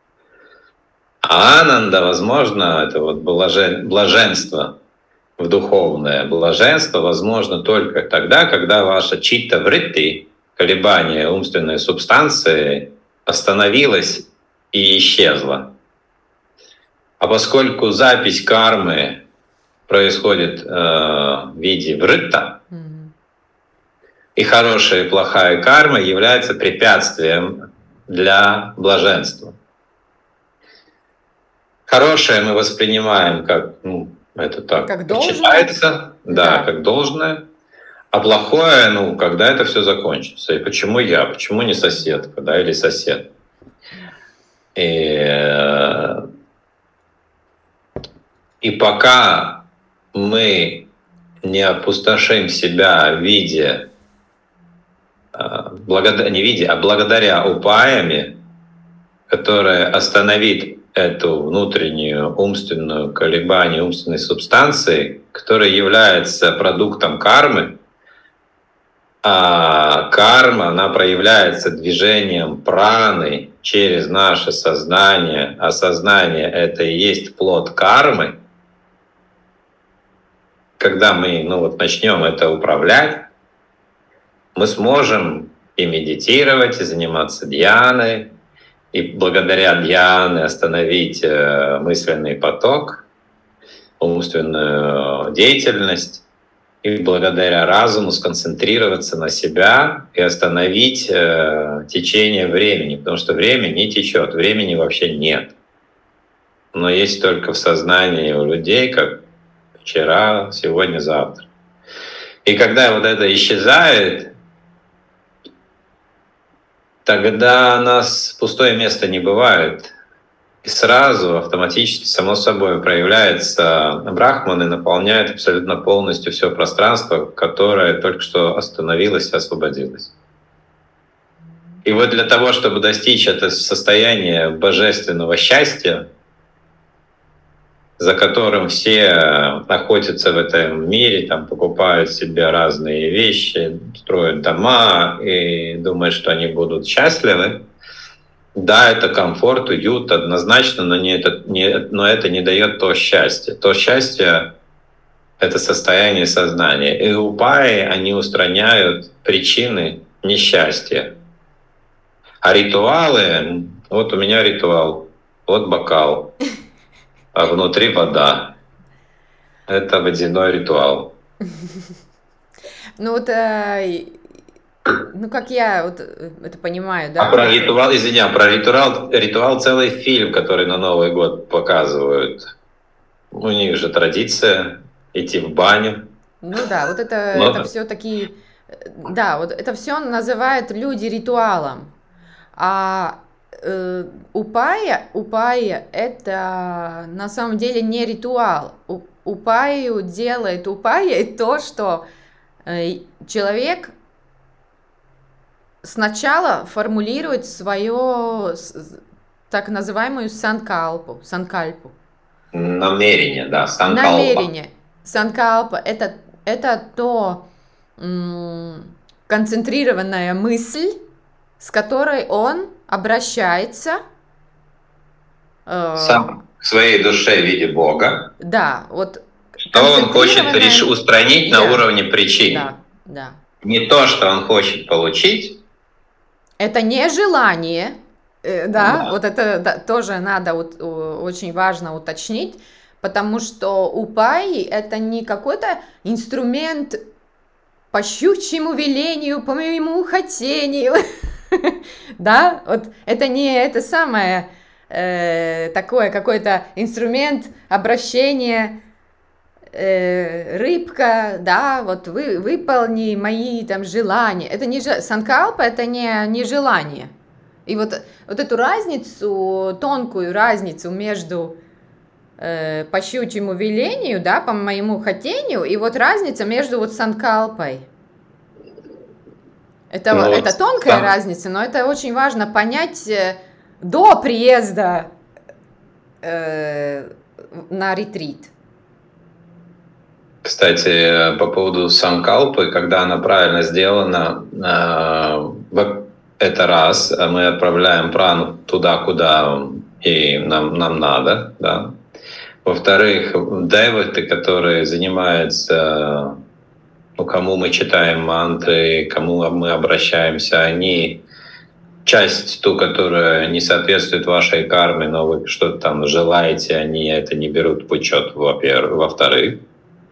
А ананда, возможно, это вот блаженство, в духовное блаженство возможно только тогда, когда ваша читта вритти, колебание умственной субстанции, остановилось и исчезло. А поскольку запись кармы происходит э, в виде вритта, mm-hmm. и хорошая и плохая карма является препятствием для блаженства. Хорошее мы воспринимаем как, ну, это так, как читается, да, да, как должное. А плохое, ну, когда это все закончится? И почему я? Почему не соседка, да, или сосед? И, и пока мы не опустошим себя в виде, благодаря, не в виде, а благодаря упаями, которая остановит эту внутреннюю умственную колебание умственной субстанции, которая является продуктом кармы, а карма, она проявляется движением праны через наше сознание, а сознание — это и есть плод кармы. Когда мы ну, вот, начнем это управлять, мы сможем и медитировать, и заниматься дьяной, и благодаря дьяне остановить мысленный поток, умственную деятельность, и благодаря разуму сконцентрироваться на себя и остановить э, течение времени, потому что время не течет, времени вообще нет. Но есть только в сознании у людей, как вчера, сегодня, завтра. И когда вот это исчезает, тогда у нас пустое место не бывает. И сразу автоматически, само собой, проявляется брахман и наполняет абсолютно полностью все пространство, которое только что остановилось и освободилось. И вот для того, чтобы достичь это состояние божественного счастья, за которым все охотятся в этом мире, там покупают себе разные вещи, строят дома и думают, что они будут счастливы, да, это комфорт, уют однозначно, но, не это, не, но это не дает то счастье. То счастье — это состояние сознания. И упаи, они устраняют причины несчастья. А ритуалы, вот у меня ритуал, вот бокал, а внутри вода. Это водяной ритуал. Ну вот... Ну, как я вот это понимаю, да? А про ритуал, извини, а про ритуал, ритуал целый фильм, который на Новый год показывают. У них же традиция идти в баню. Ну да, вот это, это все такие, да, вот это все называют люди ритуалом. А э, упая, упая это на самом деле не ритуал. У, упаю делает упая то, что э, человек сначала формулирует свою так называемую санкалпу, санкальпу. Намерение, да, санкалпа. Намерение. Санкалпа — это, это то м- концентрированная мысль, с которой он обращается э- Сам к своей душе в виде Бога. Да, вот. Что он хочет реш- устранить да. на уровне причин. Да, да. Не то, что он хочет получить. Это не желание, э, да, да, вот это да, тоже надо вот, очень важно уточнить, потому что упаи — это не какой-то инструмент по щучьему велению, по моему хотению, да, вот это не это самое э, такое какой-то инструмент обращения. Рыбка, да, вот вы, выполни мои там желания. Это не санкалпа, это не, не желание. И вот, вот эту разницу, тонкую разницу между э, по щучьему велению, да, по моему хотению, и вот разница между вот санкалпой. Это, ну, это тонкая там. разница, но это очень важно понять до приезда э, на ретрит. Кстати, по поводу санкалпы, когда она правильно сделана, это раз, мы отправляем прану туда, куда и нам, нам надо. Да. Во-вторых, деваты, которые занимаются, ну, кому мы читаем мантры, кому мы обращаемся, они часть ту, которая не соответствует вашей карме, но вы что-то там желаете, они это не берут в учет, во-первых. Во-вторых,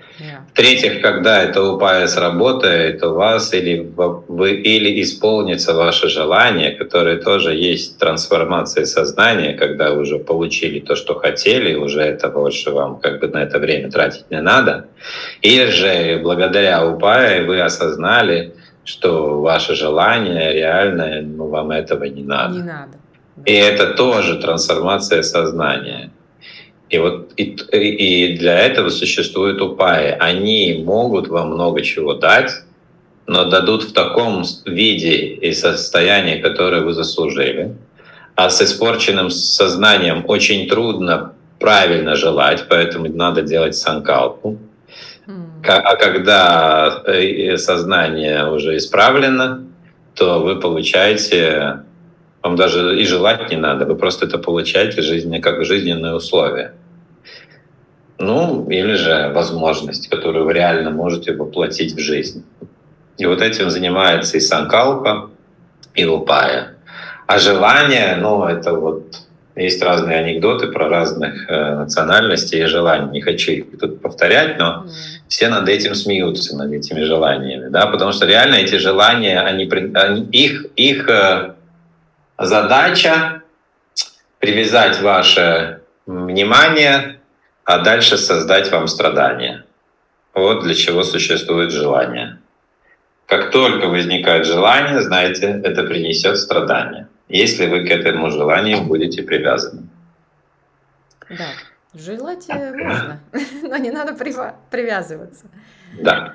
В-третьих, когда это упая сработает у вас, или вы или исполнится ваше желание, которое тоже есть трансформация сознания, когда вы уже получили то, что хотели, уже это больше вам как бы на это время тратить не надо. Или же благодаря упае вы осознали, что ваше желание реальное, ну вам этого не надо. Не надо. И это тоже трансформация сознания. И вот и, и для этого существуют упаи. Они могут вам много чего дать, но дадут в таком виде и состоянии, которое вы заслужили. А с испорченным сознанием очень трудно правильно желать, поэтому надо делать санкалпу. А когда сознание уже исправлено, то вы получаете, вам даже и желать не надо, вы просто это получаете жизненно, как жизненные условия. Ну, или же возможность, которую вы реально можете воплотить в жизнь. И вот этим занимается и санкалпа, и упая. А желание, ну, это вот... Есть разные анекдоты про разных э, национальностей и желаний. Не хочу их тут повторять, но mm. все над этим смеются, над этими желаниями. Да? Потому что реально эти желания, они, они, их, их э, задача привязать ваше внимание, а дальше создать вам страдания. Вот для чего существует желание. Как только возникает желание, знаете, это принесет страдания, если вы к этому желанию будете привязаны. Да, желать можно, но не надо привязываться. Да.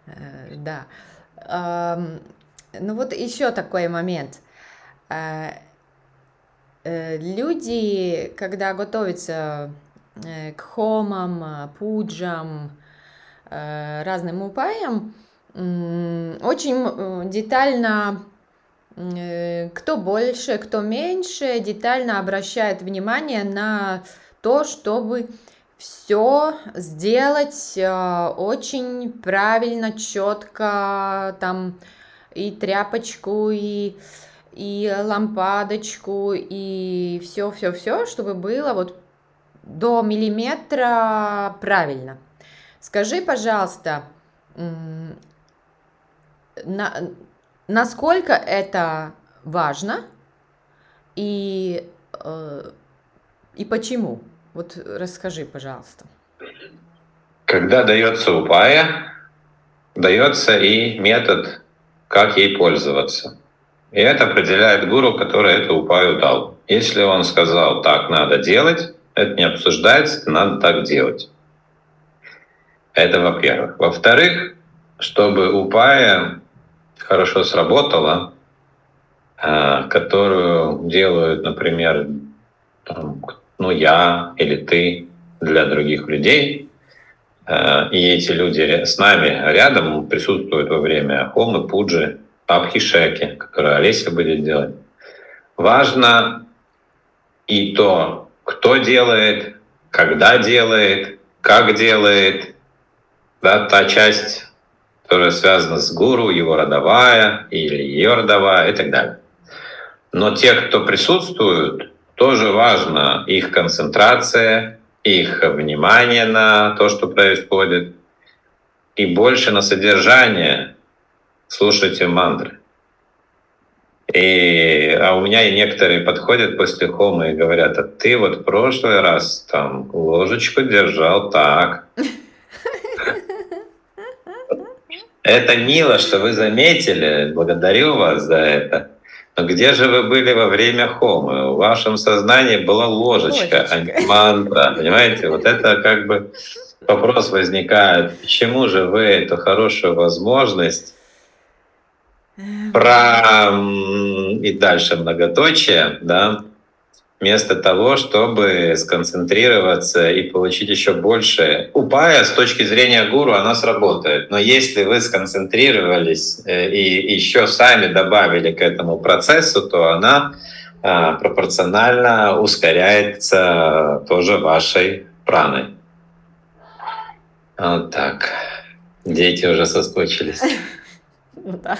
Да. Ну вот еще такой момент. Люди, когда готовятся к хомам, пуджам, разным упаям, очень детально, кто больше, кто меньше, детально обращает внимание на то, чтобы все сделать очень правильно, четко, там и тряпочку, и, и лампадочку, и все-все-все, чтобы было вот до миллиметра правильно. Скажи, пожалуйста, на, насколько это важно и, э, и почему? Вот расскажи, пожалуйста. Когда дается упая, дается и метод, как ей пользоваться. И это определяет гуру, который эту упаю дал. Если он сказал, так надо делать, это не обсуждается, это надо так делать. Это во-первых. Во-вторых, чтобы упая хорошо сработала, которую делают, например, там, ну я или ты для других людей, и эти люди с нами рядом присутствуют во время хомы, пуджи, абхишеки, которые Олеся будет делать. Важно и то, кто делает, когда делает, как делает, да, та часть, которая связана с гуру, его родовая или ее родовая и так далее. Но те, кто присутствуют, тоже важна их концентрация, их внимание на то, что происходит, и больше на содержание. Слушайте мантры. И, а у меня и некоторые подходят после хомы и говорят, а ты вот в прошлый раз там ложечку держал так. Это мило, что вы заметили, благодарю вас за это. Но где же вы были во время хомы? В вашем сознании была ложечка, ложечка. а не мантра. Понимаете, вот это как бы вопрос возникает. Почему же вы эту хорошую возможность про и дальше многоточие, да, вместо того, чтобы сконцентрироваться и получить еще больше. Упая с точки зрения гуру, она сработает. Но если вы сконцентрировались и еще сами добавили к этому процессу, то она пропорционально ускоряется тоже вашей праной. Вот так. Дети уже соскучились. Да.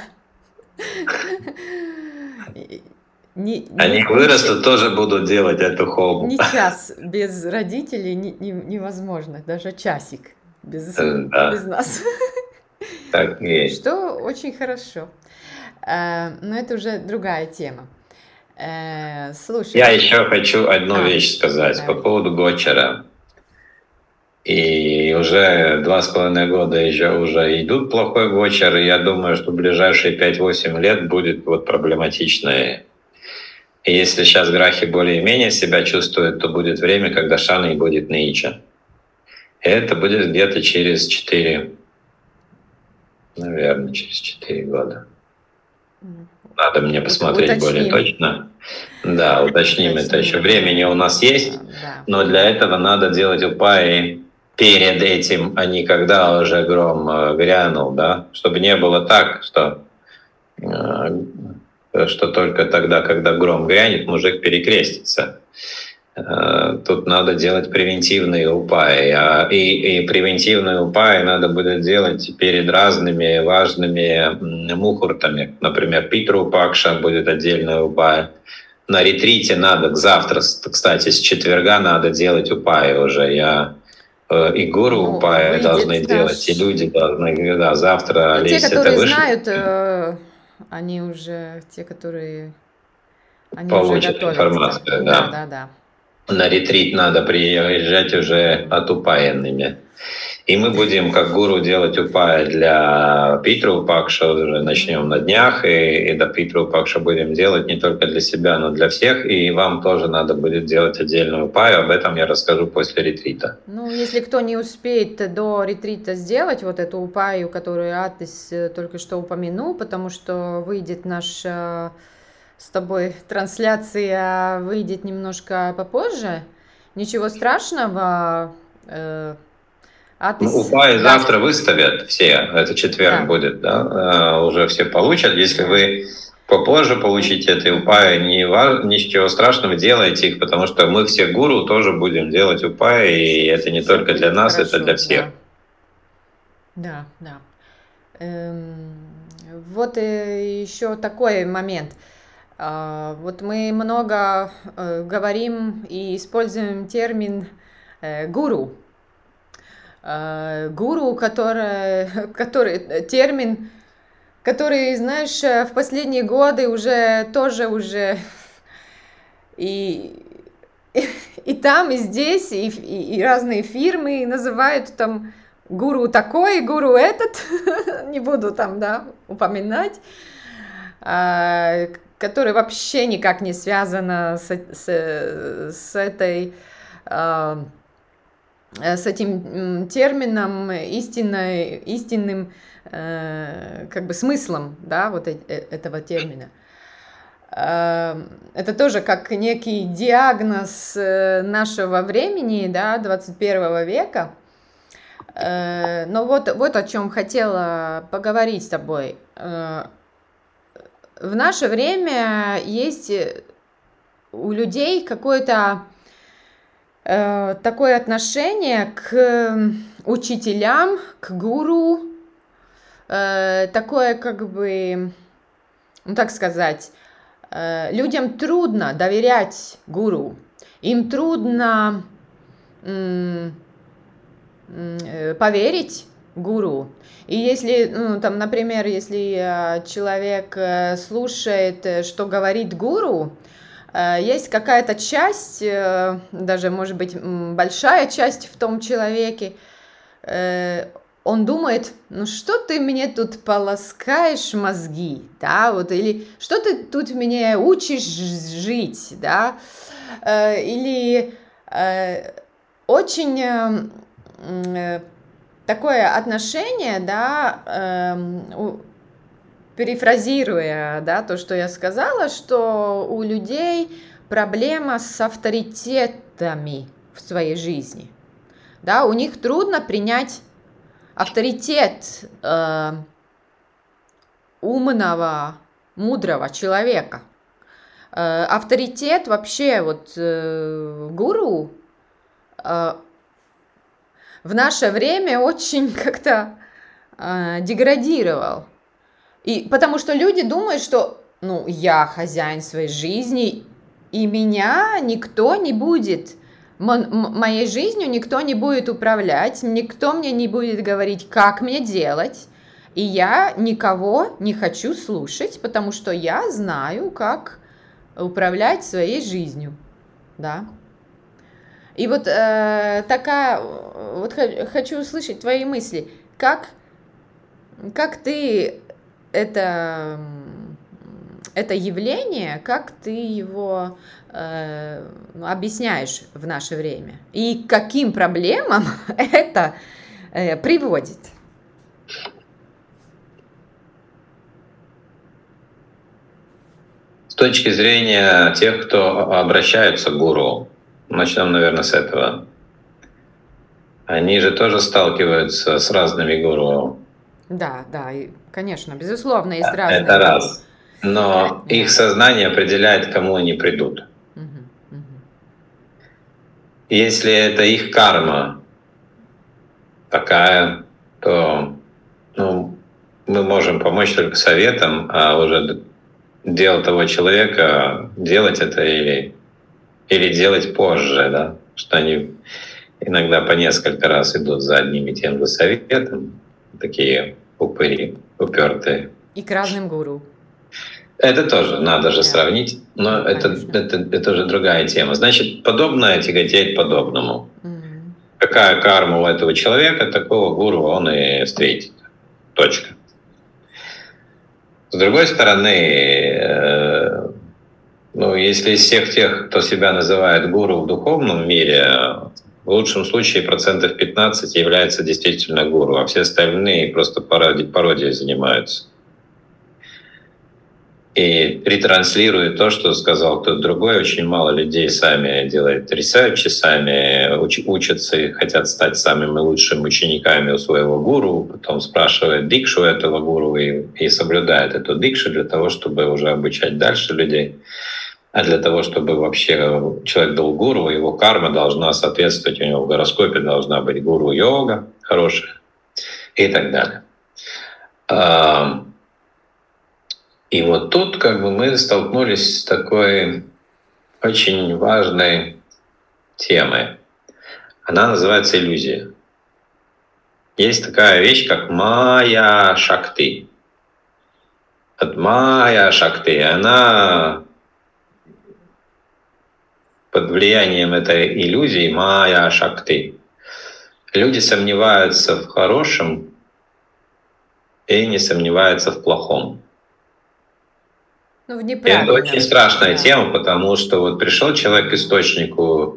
Не, Они не, вырастут, не, тоже будут делать эту хому. Не час без родителей не, не, невозможно, даже часик. без, Да, без нас. так и есть. Что очень хорошо. Э, Но это уже другая тема. Э, Я Слушай, еще хочу одну а, вещь сказать по давай. поводу Гочера. И уже два с половиной года еще уже идут плохой Гочер, и я думаю, что в ближайшие пять-восемь лет будет вот проблематичный. И если сейчас Грахи более-менее себя чувствует, то будет время, когда Шана и будет Нича. И это будет где-то через четыре, наверное, через четыре года. Надо мне посмотреть более Уточним. точно. Да, уточним это еще. Уточним. Времени у нас есть, Да. но для этого надо делать упаи перед этим, а не когда уже гром э, грянул, да, чтобы не было так, что, э, что только тогда, когда гром грянет, мужик перекрестится. Э, Тут надо делать превентивные упаи, а, и, и превентивные упаи надо будет делать перед разными важными м, мухуртами. Например, Питру Пакша будет отдельная упая. На ретрите надо, завтра, кстати, с четверга надо делать упаи уже. Я э, и гуру Ну, упаи выйдет должны наш- делать, и люди должны, да, завтра, Ну, те, Олесь, это которые выше, знают, э, они уже, те, которые, они уже получат готовятся. информацию, Да, да. да, да. На ретрит надо приезжать уже отупаянными. И мы будем как гуру делать упаи для Питру Пакша, уже начнем на днях, и, и до Питру Пакша будем делать не только для себя, но для всех, и вам тоже надо будет делать отдельную упаю, об этом я расскажу после ретрита. Ну, если кто не успеет до ретрита сделать вот эту упаю, которую Атис э, только что упомянул, потому что выйдет наша с тобой трансляция, выйдет немножко попозже, ничего страшного. э, Атис Ну, упаи даст- завтра выставят все, это четверг Да. будет, да, э, уже все получат. Если Да. вы попозже получите эти упаи, не ва- ничего страшного, делайте их, потому что мы все гуру тоже будем делать упаи, и это не Всё только для будет нас, это хорошо, для всех. Да, да. да. Эм, вот и еще такой момент. А, Вот мы много э, говорим и используем термин э, гуру. Э, Гуру, который, который э, термин, который, знаешь, э, в последние годы уже тоже уже и и там, и здесь, и, и, и разные фирмы называют там гуру такой, гуру этот, не буду там, да, упоминать, а, который вообще никак не связано с, с, с этой, а, с этим термином, истинной, истинным э, как бы смыслом, да, вот э- этого термина. Это тоже как некий диагноз нашего времени, да, двадцать первого века. Но вот, вот о чем хотела поговорить с тобой. В наше время есть у людей какое-то такое отношение к учителям, к гуру, такое как бы, ну так сказать, людям трудно доверять гуру, им трудно м, м, поверить гуру. И если, ну, там, например, если человек слушает, что говорит гуру, есть какая-то часть, даже, может быть, большая часть в том человеке, он думает, ну что ты мне тут полоскаешь мозги, да, вот, или что ты тут мне учишь жить, да, или очень такое отношение, да, перефразируя, да, то, что я сказала, что у людей проблема с авторитетами в своей жизни, да, у них трудно принять авторитет э, умного, мудрого человека. Э, авторитет вообще, вот э, гуру э, в наше время очень как-то э, деградировал. И потому что люди думают, что, ну, я хозяин своей жизни, и меня никто не будет моей жизнью никто не будет управлять, никто мне не будет говорить, как мне делать, и я никого не хочу слушать, потому что я знаю, как управлять своей жизнью, да. И вот э, такая, вот хочу услышать твои мысли, как, как ты это, это явление, как ты его э, объясняешь в наше время, и к каким проблемам это э, приводит? С точки зрения тех, кто обращаются к гуру, начнем, наверное, с этого. Они же тоже сталкиваются с разными гуру. Да, да, и, конечно, безусловно, есть разные. Это раз. Но да. Их сознание определяет, к кому они придут. Угу, угу. Если это их карма такая, то ну, мы можем помочь только советом, а уже дело того человека, делать это или, или делать позже, да, что они иногда по несколько раз идут за одним и тем же советом, такие упыри, упертые. И к разным гуру. Это тоже надо же да. сравнить, но ну, это, это, это уже другая тема. Значит, подобное тяготеет подобному. Mm-hmm. Какая карма у этого человека, такого гуру он и встретит. Точка. С другой стороны, э, ну, если из всех тех, кто себя называет гуру в духовном мире, в лучшем случае процентов пятнадцать является действительно гуру, а все остальные просто пароди, пародией занимаются. И ретранслируют то, что сказал кто-то другой. Очень мало людей сами делают ресерчи, сами уч- учатся и хотят стать самыми лучшими учениками у своего гуру, потом спрашивают дикшу этого гуру и, и соблюдают эту дикшу для того, чтобы уже обучать дальше людей. А для того, чтобы вообще человек был гуру, его карма должна соответствовать, у него в гороскопе должна быть гуру-йога хорошая и так далее. И вот тут как бы мы столкнулись с такой очень важной темой. Она называется иллюзия. Есть такая вещь, как майя шакти. Вот майя шакти, она под влиянием этой иллюзии майя шакти. Люди сомневаются в хорошем и не сомневаются в плохом. Ну, в это очень страшная да. тема, потому что вот пришел человек к источнику,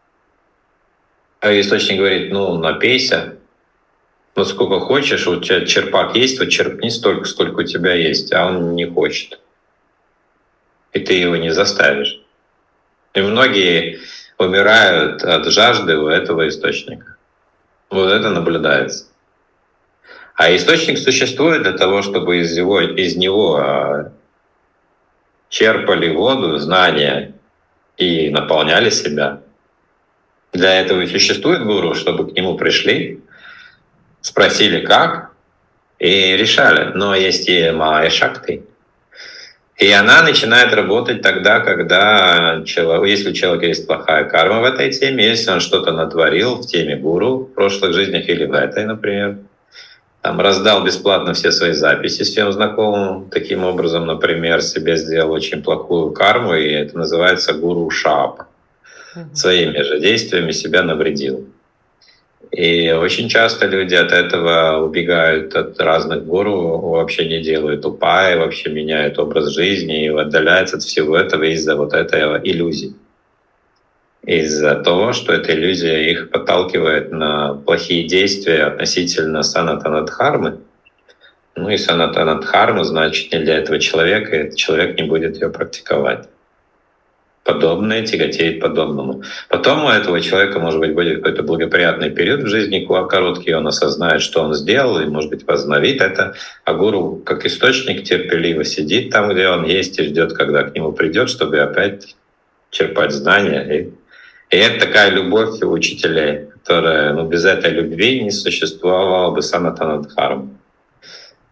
а источник говорит, ну, напейся, вот сколько хочешь, у тебя черпак есть, вот черпни столько, сколько у тебя есть, а он не хочет. И ты его не заставишь. И многие умирают от жажды у этого источника. Вот это наблюдается. А источник существует для того, чтобы из него, из него черпали воду, знания и наполняли себя. Для этого и существует гуру, чтобы к нему пришли, спросили как, и решали. Но есть и майя шакти. И она начинает работать тогда, когда человек, если у человека есть плохая карма в этой теме, если он что-то натворил в теме гуру в прошлых жизнях или в этой, например, там, раздал бесплатно все свои записи всем знакомым, таким образом, например, себе сделал очень плохую карму, и это называется гуру шап. Mm-hmm. Своими же действиями себя навредил. И очень часто люди от этого убегают от разных гуру, вообще не делают упаи, вообще меняют образ жизни и отдаляются от всего этого из-за вот этой иллюзии. Из-за того, что эта иллюзия их подталкивает на плохие действия относительно санатана-дхармы. Ну и санатана-дхарма значит не для этого человека, и этот человек не будет ее практиковать. Подобное тяготеет подобному. Потом у этого человека, может быть, будет какой-то благоприятный период в жизни, короткий, он осознает, что он сделал, и, может быть, возобновит это. А гуру, как источник, терпеливо сидит там, где он есть, и ждет, когда к нему придет, чтобы опять черпать знания. И И это такая любовь у учителей, которая, ну, без этой любви не существовало бы санатана-дхарма.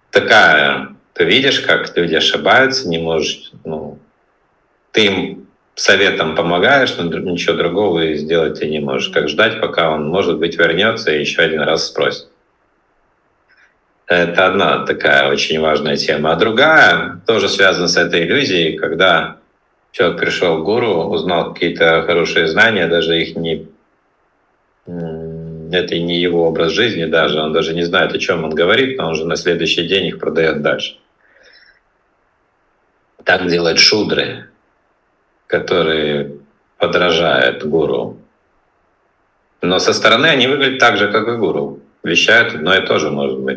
Такая, ты видишь, как люди ошибаются, не можешь, ну, ты им советом помогаешь, но ничего другого сделать ты не можешь. Как ждать, пока он, может быть, вернется и еще один раз спросит. Это одна такая очень важная тема. А другая тоже связана с этой иллюзией, когда человек пришел к гуру, узнал какие-то хорошие знания, даже их не... Это не его образ жизни даже, он даже не знает, о чем он говорит, но он же на следующий день их продает дальше. Так делают шудры, которые подражают гуру. Но со стороны они выглядят так же, как и гуру. Вещают одно и то же, может быть.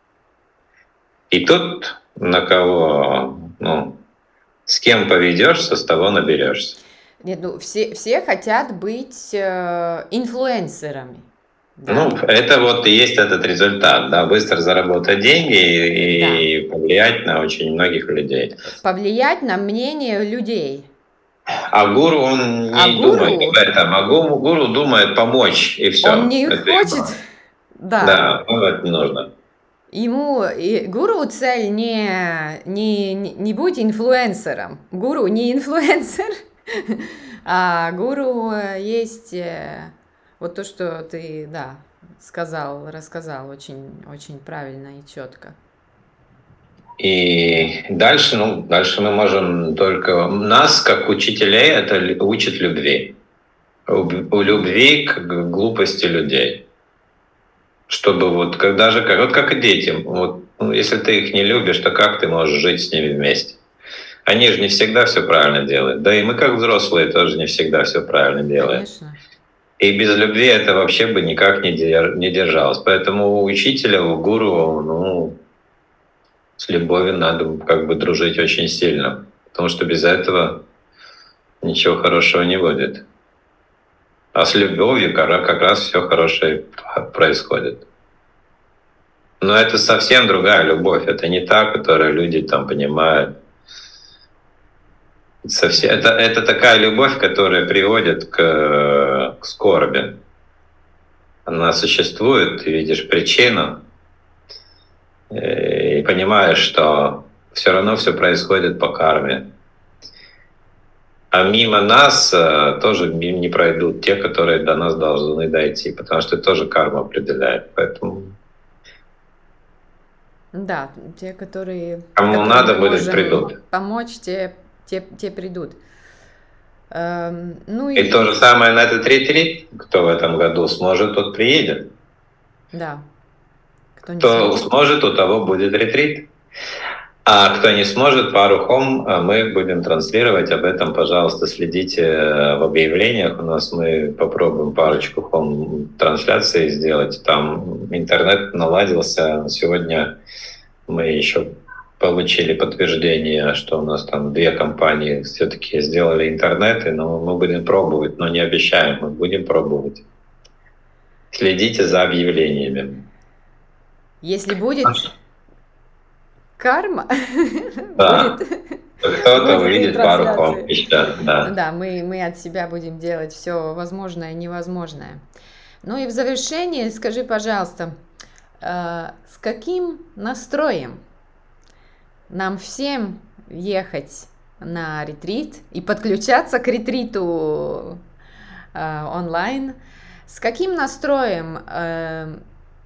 И тут на кого, ну, с кем поведешься, с того наберешься. Нет, ну все, все хотят быть э, инфлюенсерами. Да. Ну, это вот и есть этот результат, да, быстро заработать деньги и, да. повлиять на очень многих людей. Повлиять на мнение людей. А гуру, он не а думает гуру... об этом, а гуру, гуру думает помочь, и все. Он не это хочет, ему. да. Да, ну это не нужно. Ему, и гуру цель не, не, не быть инфлюенсером. Гуру не инфлюенсер, а гуру есть... Вот то, что ты, да, сказал, рассказал очень, очень правильно и четко. И дальше, ну, дальше мы можем только... Нас, как учителей, это учит любви. У любви к глупости людей. Чтобы вот, как, даже как, вот как и детям, вот, ну, если ты их не любишь, то как ты можешь жить с ними вместе? Они же не всегда все правильно делают. Да и мы, как взрослые, тоже не всегда все правильно делаем. Конечно. И без любви это вообще бы никак не держалось. Поэтому у учителя, у гуру, ну, с любовью надо как бы дружить очень сильно. Потому что без этого ничего хорошего не будет. А с любовью как раз все хорошее происходит. Но это совсем другая любовь. Это не та, которую люди там понимают. Совсем, это, это такая любовь, которая приводит к, к скорби. Она существует, ты видишь причину и понимаешь, что все равно все происходит по карме. А мимо нас тоже мимо не пройдут те, которые до нас должны дойти, потому что это тоже карма определяет. Поэтому... Да, те, которые... Кому надо будет, придут. Помочь, те... Те, те придут. Эм, ну и... и то же самое на этот ретрит. Кто в этом году сможет, тот приедет. Да. Кто, не кто сможет. сможет, у того будет ретрит. А кто не сможет, пару хом мы будем транслировать. Об этом, пожалуйста, следите в объявлениях. У нас мы попробуем парочку хом трансляций сделать. Там интернет наладился. Сегодня мы еще получили подтверждение, что у нас там две компании все-таки сделали интернеты, но мы будем пробовать, но не обещаем, мы будем пробовать. Следите за объявлениями. Если будет карма, да. будет... Кто-то увидит пару хом еще, да. Да, мы, мы от себя будем делать все возможное и невозможное. Ну и в завершение скажи, пожалуйста, э, с каким настроем нам всем ехать на ретрит и подключаться к ретриту э, онлайн? С каким настроем э,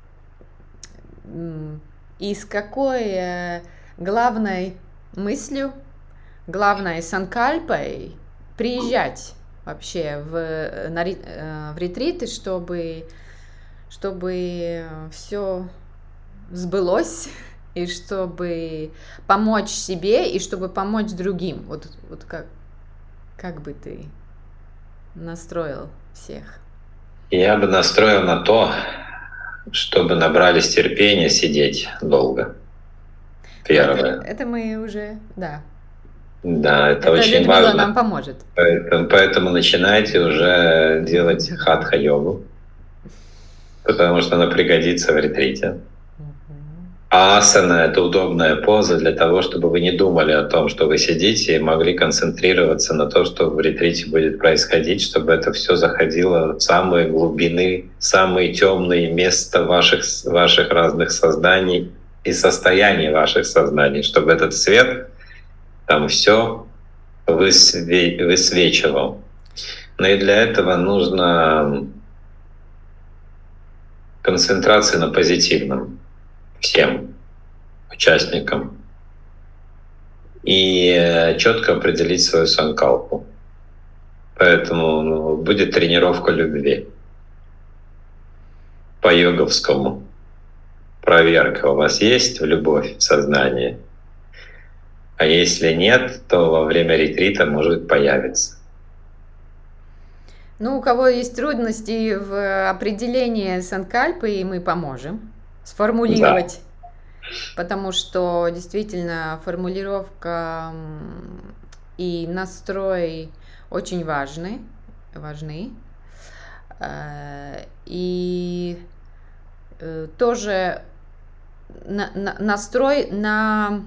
и с какой э, главной мыслью, главной санкальпой приезжать вообще в, на, э, в ретриты, чтобы, чтобы все сбылось? И чтобы помочь себе, и чтобы помочь другим. Вот, вот как, как бы ты настроил всех? Я бы настроил на то, чтобы набрались терпения сидеть долго. Первое. Это, это мы уже, да. Да, это, это очень Людмила важно. нам поможет. Поэтому, поэтому начинайте уже делать хатха-йогу, потому что она пригодится в ретрите. А асана — это удобная поза для того, чтобы вы не думали о том, что вы сидите, и могли концентрироваться на том, что в ретрите будет происходить, чтобы это все заходило в самые глубины, самые темные места ваших, ваших разных сознаний и состояний ваших сознаний, чтобы этот свет там все высве- высвечивал. Но и для этого нужно концентрация на позитивном всем участникам и четко определить свою санкалпу. Поэтому ну, будет тренировка любви по йоговскому. Проверка у вас есть в любовь в сознании, а если нет, то во время ретрита может появиться. Ну, у кого есть трудности в определении санкальпы, и мы поможем сформулировать, да. Потому что действительно формулировка и настрой очень важны, важны. И тоже настрой на,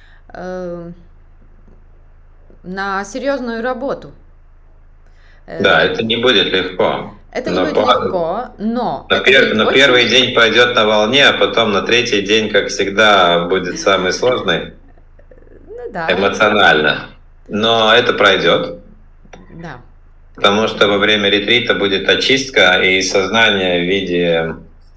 на серьезную работу. Да, это не будет легко. Это не но будет по... легко, но... На, пер... на очень... первый день пойдет на волне, а потом на третий день, как всегда, будет самый сложный. Ну, да. Эмоционально. Но это пройдет. Да. Потому что во время ретрита будет очистка и сознание в виде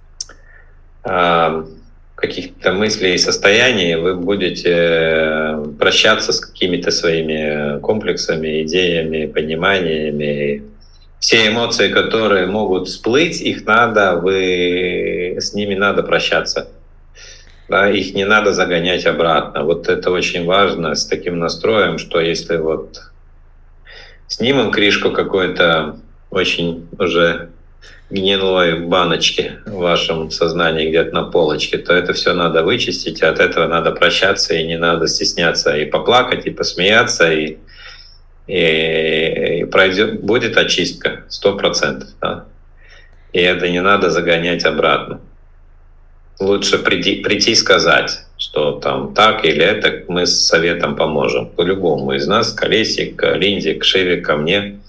э, каких-то мыслей и состояний. Вы будете прощаться с какими-то своими комплексами, идеями, пониманиями. Все эмоции, которые могут всплыть, их надо, вы, с ними надо прощаться. Да, их не надо загонять обратно. Вот это очень важно с таким настроем, что если вот снимем крышку какой-то очень уже гнилой баночки в вашем сознании где-то на полочке, то это все надо вычистить, и от этого надо прощаться, и не надо стесняться и поплакать, и посмеяться, и, и, и пройдет, будет очистка сто процентов. Да? И это не надо загонять обратно. Лучше прийти, прийти и сказать, что там так или это, мы с советом поможем. По-любому из нас, к Олесе, к Линде, к Шиве, ко мне.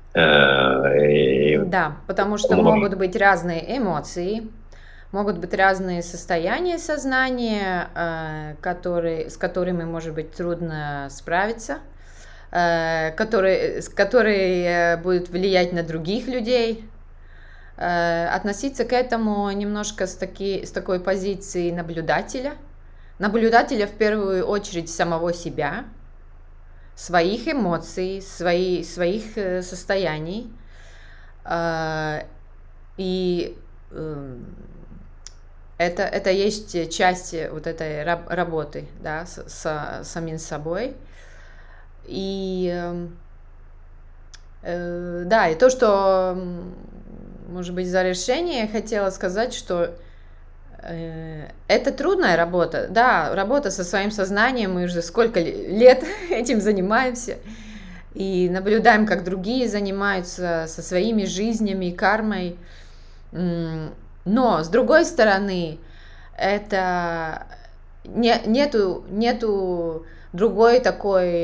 И... Да, потому что поможем. Могут быть разные эмоции, могут быть разные состояния сознания, которые, с которыми, может быть, трудно справиться, которые, которые будут влиять на других людей. Относиться к этому немножко с, таки, с такой позиции наблюдателя. Наблюдателя в первую очередь самого себя, своих эмоций, свои, своих состояний. И это, это есть часть вот этой работы, да, с, с самим собой. И да, и то, что... Может быть, за решение хотела сказать, что э, это трудная работа. Да, работа со своим сознанием, мы уже сколько лет этим занимаемся. И наблюдаем, как другие занимаются со своими жизнями, кармой. Но, с другой стороны, это не, нету, нету другой такой...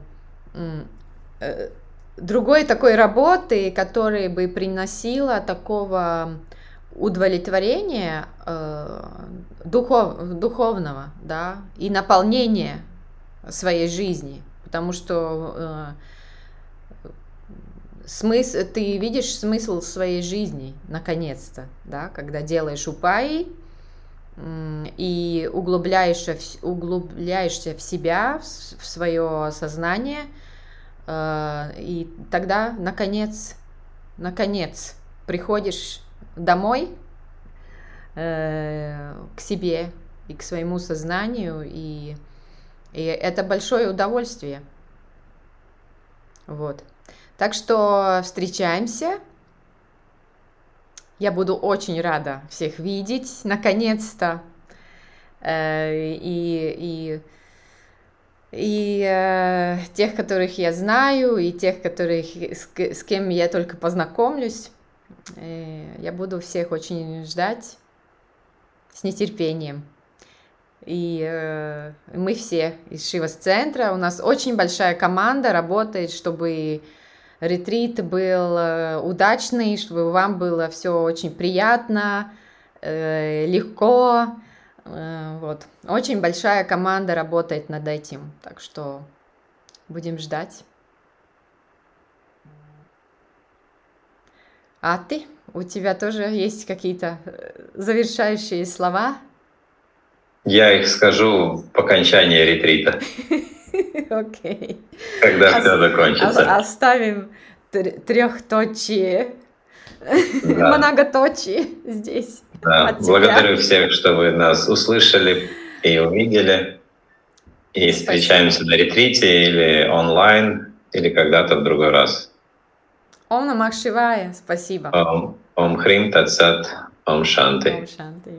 Э, другой такой работы, которая бы приносила такого удовлетворения э, духов, духовного, да, и наполнения своей жизни, потому что э, смысл, ты видишь смысл своей жизни, наконец-то, да, когда делаешь упаи э, и углубляешься, углубляешься в себя, в, в свое сознание. И тогда, наконец, наконец, приходишь домой э, к себе и к своему сознанию, и, и это большое удовольствие. Вот. Так что встречаемся. Я буду очень рада всех видеть, наконец-то. Э, и... и И э, тех, которых я знаю, и тех, которых, с, с кем я только познакомлюсь. Э, я буду всех очень ждать с нетерпением. И э, мы все из Шивас-центра. У нас очень большая команда работает, чтобы ретрит был э, удачный, чтобы вам было все очень приятно, э, легко. Вот. Очень большая команда работает над этим, так что будем ждать. А ты? У тебя тоже есть какие-то завершающие слова? Я их скажу по окончании ретрита. Окей. Когда все закончится. Оставим трехточие, многоточие здесь. Да. Благодарю всех, что вы нас услышали и увидели. И Спасибо. Встречаемся на ретрите или онлайн, или когда-то в другой раз. Ом Намах Шивая. Спасибо. Ом, ом Хрим Тат Сат. Ом Шанти. Ом Шанти.